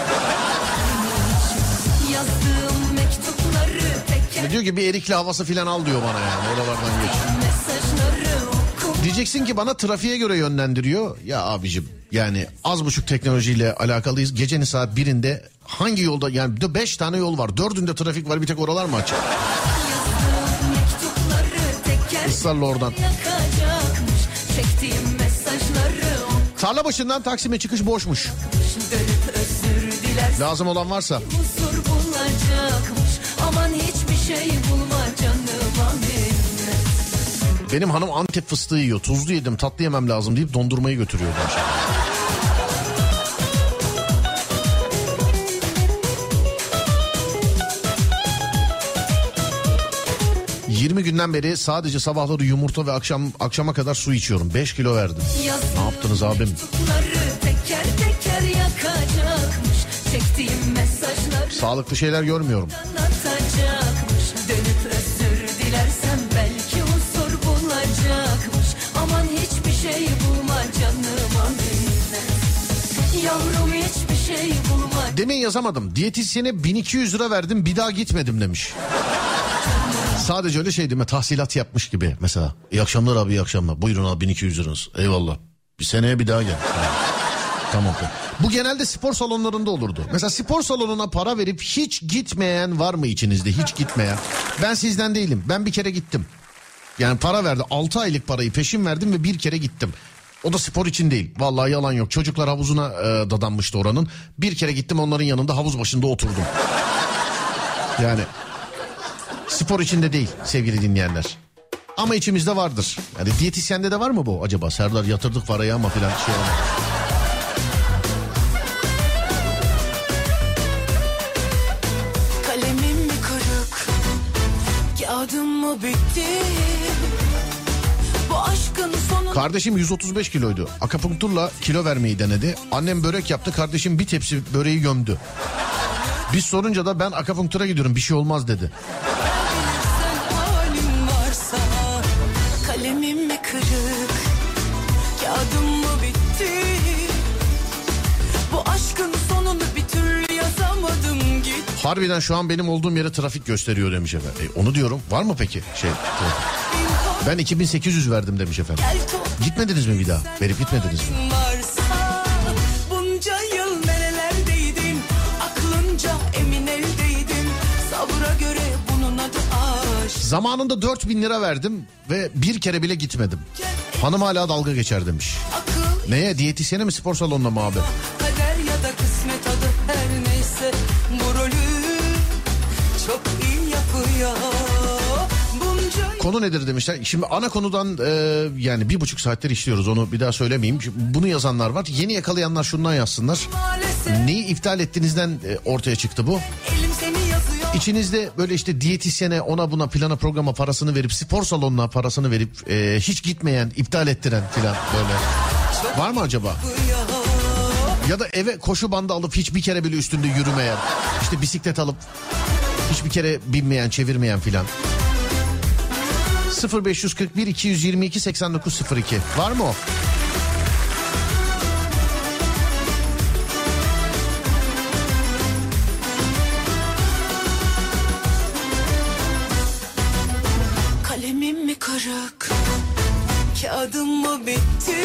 Diyor ki bir erikli havası filan al diyor bana yani, oralardan geç. Diyeceksin ki bana trafiğe göre yönlendiriyor. Ya abicim yani az buçuk teknolojiyle alakalıyız. Gecenin saat 1'inde hangi yolda, yani 5 tane yol var. 4'ünde trafik var, bir tek oralar mı açık? ısrarla oradan. Yakacakmış çektiğim mesajları. Tarla başından Taksim'e çıkış boşmuş. Dönüp özür dilersen Lazım olan varsa. huzur bulacakmış. Aman hiçbir şey bulma canıma minnet. Benim hanım Antep fıstığı yiyor. Tuzlu yedim, tatlı yemem lazım deyip dondurmayı götürüyor demiş. 20 günden beri sadece sabahları yumurta ve akşama kadar su içiyorum. 5 kilo verdim. Ne yaptınız abim? Teker teker yakacakmış. Çektiğim mesajları Sağlıklı şeyler görmüyorum. anlatacakmış. Dönüp özür dilersen belki huzur bulacakmış. Aman hiçbir şey bulma canıma minnet. Yavrum hiçbir şey bulma. Demin yazamadım. Diyetisyene 1200 lira verdim, bir daha gitmedim demiş. Sadece öyle şey değil mi? Tahsilat yapmış gibi mesela. İyi akşamlar abi, iyi akşamlar. Buyurun abi, 1200 liranız. Eyvallah. Bir seneye bir daha gel. Tamam. Bu genelde spor salonlarında olurdu. Mesela spor salonuna para verip hiç gitmeyen var mı içinizde? Hiç gitmeyen. Ben sizden değilim. Ben bir kere gittim. Yani para verdi. 6 aylık parayı peşin verdim ve bir kere gittim. O da spor için değil. Vallahi yalan yok. Çocuklar havuzuna dadanmıştı oranın. Bir kere gittim, onların yanında havuz başında oturdum. Yani spor içinde değil sevgili dinleyenler. Ama içimizde vardır. Yani diyetisyende de var mı bu acaba? Serdar yatırdık parayı ama filan şey olmadı. Kalemim mi kırık, kağıdım mı bitti? Bu aşkın sonu. Kardeşim 135 kiloydu. Akupunkturla kilo vermeyi denedi. Annem börek yaptı. Kardeşim bir tepsi böreği gömdü. Biz sorunca da ben akupunktura gidiyorum, bir şey olmaz dedi. Halim varsa, kalemim mi kırık, kağıdım mı bitti? Bu aşkın sonunu bir türlü yazamadım git. Harbiden şu an benim olduğum yere trafik gösteriyor demiş efendim. Onu diyorum. Var mı peki trafik? Ben 2800 verdim demiş efendim. Gitmediniz mi bir daha? Verip gitmediniz mi? Varsa, bunca yıl nerelerdeydin, aklınca emin eldeydim. Sabra göre bunun adı aşk. Zamanında 4000 lira verdim ve bir kere bile gitmedim. Hanım hala dalga geçer demiş. Neye? Diyetisyene mi, spor salonuna mı abi? Kader ya da kısmet adı her neyse, bu rolü çok iyi yapıyor. Konu nedir demişler. Şimdi ana konudan yani 1,5 saattir işliyoruz, onu bir daha söylemeyeyim. Bunu yazanlar var. Yeni yakalayanlar şundan yazsınlar. Neyi iptal ettiğinizden ortaya çıktı bu. İçinizde böyle işte diyetisyene, ona buna, plana programa parasını verip, spor salonuna parasını verip hiç gitmeyen, iptal ettiren filan böyle. Var mı acaba? Ya da eve koşu bandı alıp hiçbir kere bile üstünde yürümeyen, işte bisiklet alıp hiçbir kere binmeyen, çevirmeyen filan. 0541 222 8902 var mı o? Kalemim mi kırık, kağıdım mı bitti?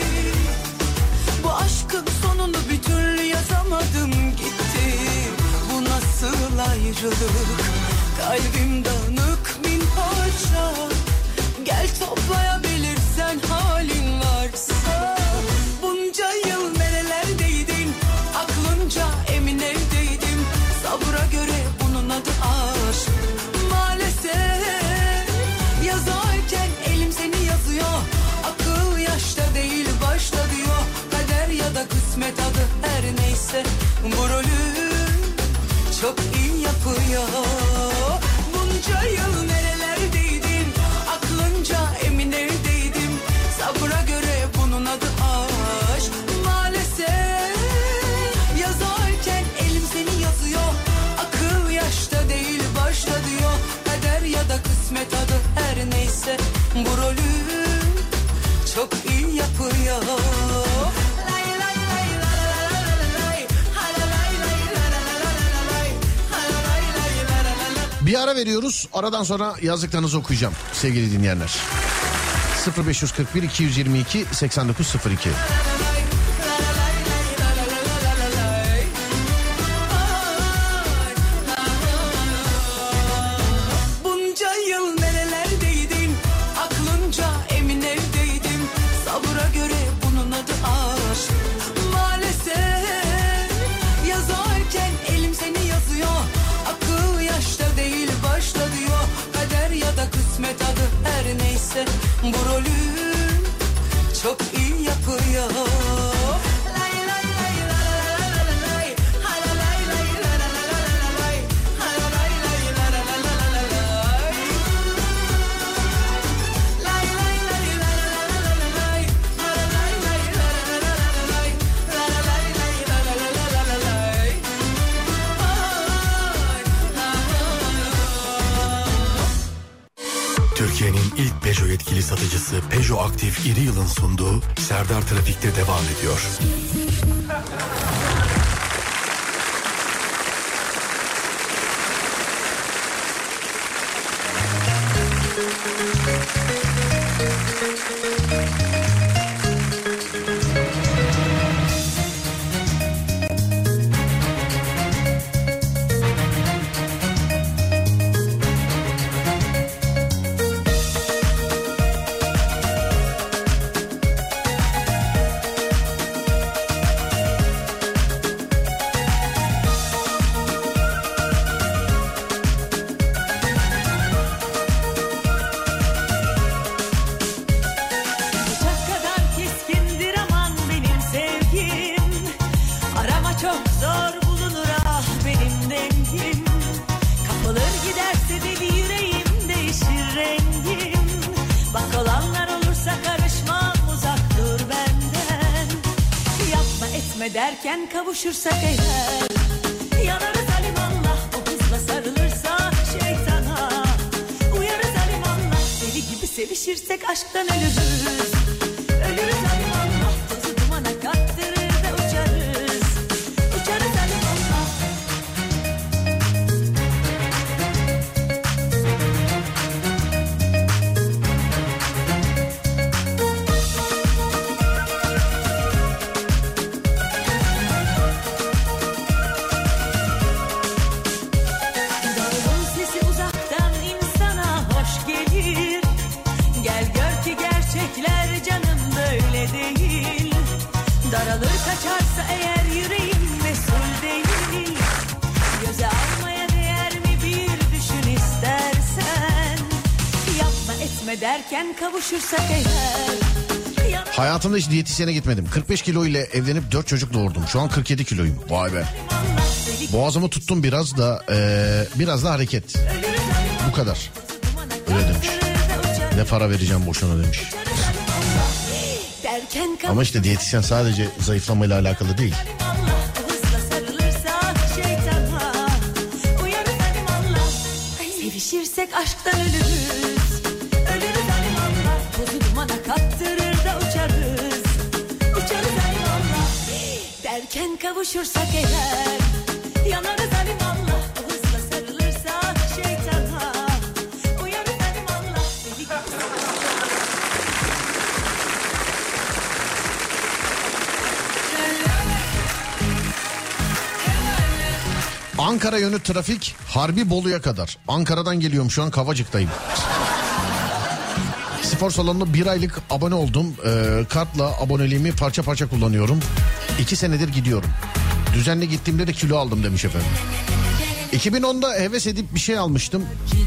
Bu aşkın sonunu bir türlü yazamadım gitti. Bu nasıl ayrılık? Kalbim dağınık bin parça. Gel toplayabilirsen halin varsa. Bunca yıl nerelerdeydin, aklınca emin evdeydim. Sabra göre bunun adı aşk. Maalesef yazarken elim seni yazıyor. Akıl yaşta değil başta diyor. Kader ya da kısmet adı her neyse, bu rolü çok iyi yapıyor. Bunca yıl nerelerdeydin, aklınca emin evdeydim. Sabra göre bunun adı aşk. Maalesef yazarken elim seni yazıyor. Akıl yaşta değil başta diyor. Kader ya da kısmet adı her neyse, bu rolü çok iyi yapıyor. Bir ara veriyoruz. Aradan sonra yazdıklarınızı okuyacağım sevgili dinleyenler. 0541 222 8902. Bunca yıl nerelerdeydin, aklın giderse bu rolü çok iyi yapıyor. Türkiye'nin ilk Peugeot yetkili satıcısı Peugeot Aktif İri Yıl'ın sunduğu Serdar Trafik'te devam ediyor. Derken kavuşursak eğer yanarız alimallah, o hızla sarılırsa şeytana uyarız alimallah, deli gibi sevişirsek aşktan ölürüz. Ölürüz alimallah, tozu dumana kattırır da uçarız. Uçarız alimallah. Daralır kaçarsa eğer yüreğim mesul değil. Göze almaya değer mi bir düşün istersen. Yapma etme derken kavuşursak eğer. Hayatımda hiç diyetisyene gitmedim. 45 kilo ile evlenip 4 çocuk doğurdum. Şu an 47 kiloyum. Vay be. Boğazımı tuttum biraz da hareket. Bu kadar. Öyle demiş. Ne para vereceğim boşuna demiş. Ama işte diyetisyen sadece zayıflamayla alakalı değil. Sevişirsek aşktan ölürüz. Ölürüz alimallah, tozu dumana kattırır da uçarız. Uçarız alimallah, derken kavuşursak eğer yanarız alimallah, hızla sarılırsa şeytana uyarız alimallah. Ankara yönü trafik Harbi Bolu'ya kadar. Ankara'dan geliyorum, şu an Kavacık'tayım. Spor salonuna 1 aylık abone oldum. Kartla aboneliğimi parça parça kullanıyorum. 2 senedir gidiyorum. Düzenli gittiğimde de kilo aldım demiş efendim. 2010'da heves edip bir şey almıştım.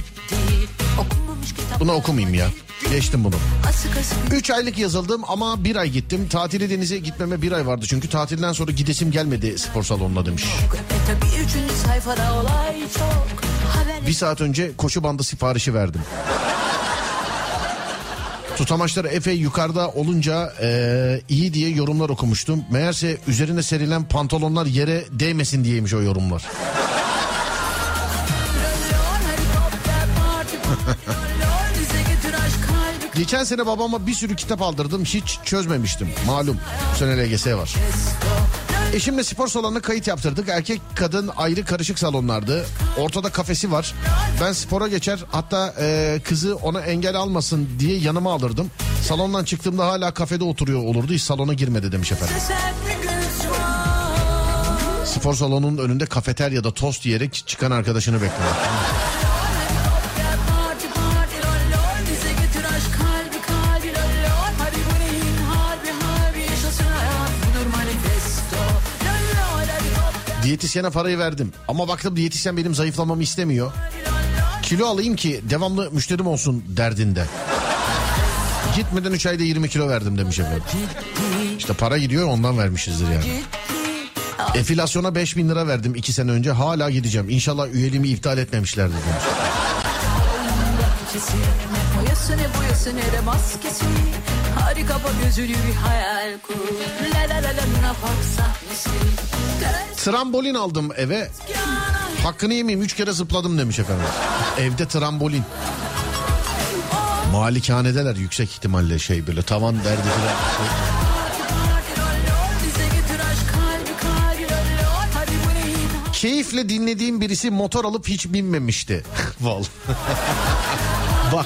Bunu okumayayım ya. Geçtim bunu. 3 aylık yazıldım ama 1 ay gittim. Tatili denize gitmeme 1 ay vardı çünkü tatilden sonra gidesim gelmedi spor salonuna demiş. 1 saat önce koşu bandı siparişi verdim. Tutamaçları epey yukarıda olunca iyi diye yorumlar okumuştum. Meğerse üzerine serilen pantolonlar yere değmesin diyeymiş o yorumlar. Geçen sene babama bir sürü kitap aldırdım, hiç çözmemiştim. Malum bu sene LGS var. Eşimle spor salonuna kayıt yaptırdık. Erkek kadın ayrı karışık salonlardı. Ortada kafesi var. Ben spora geçer, hatta kızı ona engel almasın diye yanıma alırdım. Salondan çıktığımda hala kafede oturuyor olurdu. Hiç salona girmedi demiş efendim. Spor salonunun önünde kafeteryada tost yiyerek çıkan arkadaşını bekliyor. Diyetisyene parayı verdim ama baktım diyetisyen benim zayıflamamı istemiyor. Kilo alayım ki devamlı müşterim olsun derdinde. Gitmeden 3 ayda 20 kilo verdim demiş efendim. İşte para gidiyor, ondan vermişizdir yani. Efilasyona 5.000 lira verdim 2 sene önce, hala gideceğim. İnşallah üyeliğimi iptal etmemişlerdir demiş. Ne boyası ne boyası ne de maskesi. Harika bu gözünü bir hayal kur. La la la la Luna Park sahnesi. Trambolin aldım eve. Hakkını yemeyeyim, 3 kere zıpladım demiş efendim. Evde trambolin. Malikanedeler yüksek ihtimalle, şey böyle tavan derdi falan. Keyifle dinlediğim birisi motor alıp hiç binmemişti. Vallahi. Bak.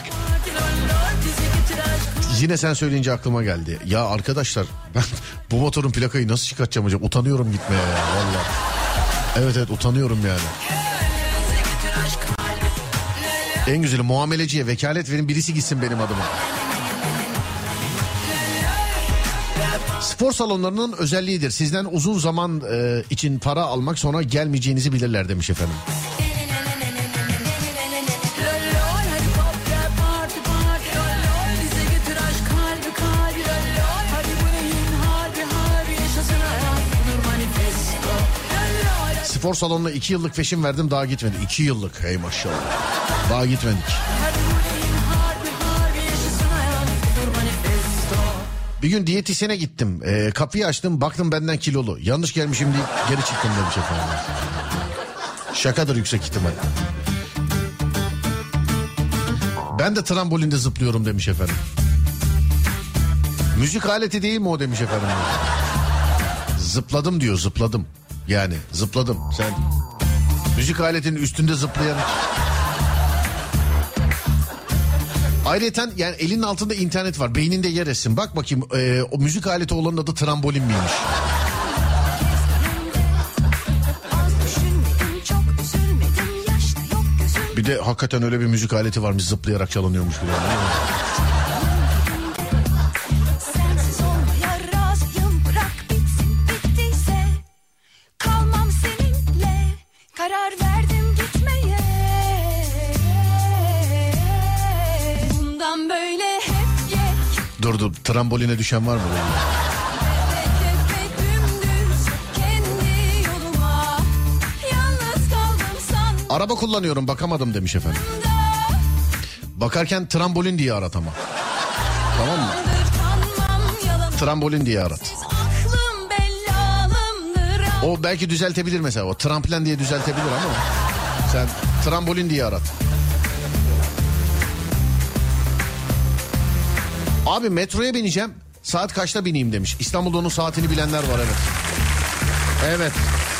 Yine sen söyleyince aklıma geldi. Ya arkadaşlar, ben bu motorun plakayı nasıl çıkartacağım hocam? Utanıyorum gitmeye ya vallahi. Evet utanıyorum yani. En güzeli muameleciye vekalet verin, birisi gitsin benim adıma. Spor salonlarının özelliğidir. Sizden uzun zaman için para almak, sonra gelmeyeceğinizi bilirler demiş efendim. Spor salonuna 2 yıllık peşin verdim, daha gitmedi. 2 yıllık, hey maşallah. Daha gitmedik. Bir gün diyetisyene gittim. Kapıyı açtım, baktım benden kilolu. Yanlış gelmişim deyip geri çıktım demiş efendim. Şakadır yüksek ihtimal. Ben de trambolinde zıplıyorum demiş efendim. Müzik aleti değil mi o demiş efendim. Zıpladım diyor, zıpladım. Yani zıpladım. Sen müzik aletinin üstünde zıplayan. Ayrıca yani elinin altında internet var. Beyninde yer etsin. Bak bakayım o müzik aleti olanın adı trambolin miymiş? Bir de hakikaten öyle bir müzik aleti varmış, zıplayarak çalınıyormuş gibi. Dur, tramboline düşen var mı? Araba kullanıyorum, bakamadım demiş efendim. Bakarken trambolin diye arat ama. Tamam mı? Trambolin diye arat. O belki düzeltebilir mesela, o tramplen diye düzeltebilir ama sen trambolin diye arat. Abi metroya bineceğim, saat kaçta bineyim demiş. İstanbul'da onun saatini bilenler var, evet. Evet.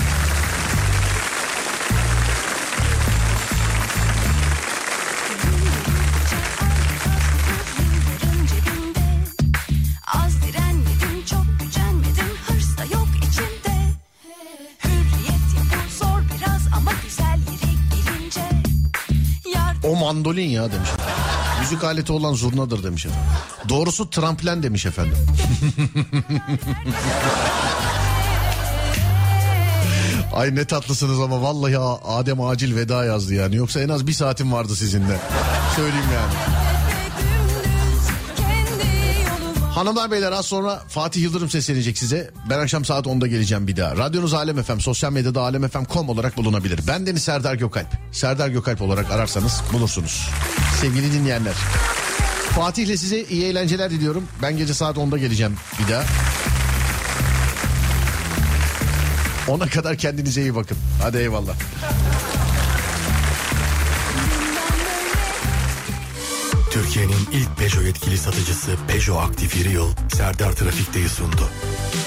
O mandolin ya demiş efendim. Müzik aleti olan zurnadır demiş efendim. Doğrusu tramplen demiş efendim. Ay ne tatlısınız ama vallahi Adem acil veda yazdı yani. Yoksa en az 1 saatim vardı sizinle. Söyleyeyim yani. Hanımlar beyler, az sonra Fatih Yıldırım seslenecek size. Ben akşam saat 10'da geleceğim bir daha. Radyonuz Alem FM, sosyal medyada alemfm.com olarak bulunabilir. Bendeniz Serdar Gökalp. Serdar Gökalp olarak ararsanız bulursunuz. Sevgili dinleyenler, Fatih'le size iyi eğlenceler diliyorum. Ben gece saat 10'da geleceğim bir daha. Ona kadar kendinize iyi bakın. Hadi eyvallah. Türkiye'nin ilk Peugeot yetkili satıcısı Peugeot Aktif İri Yıl Serdar Trafik'teyi sundu.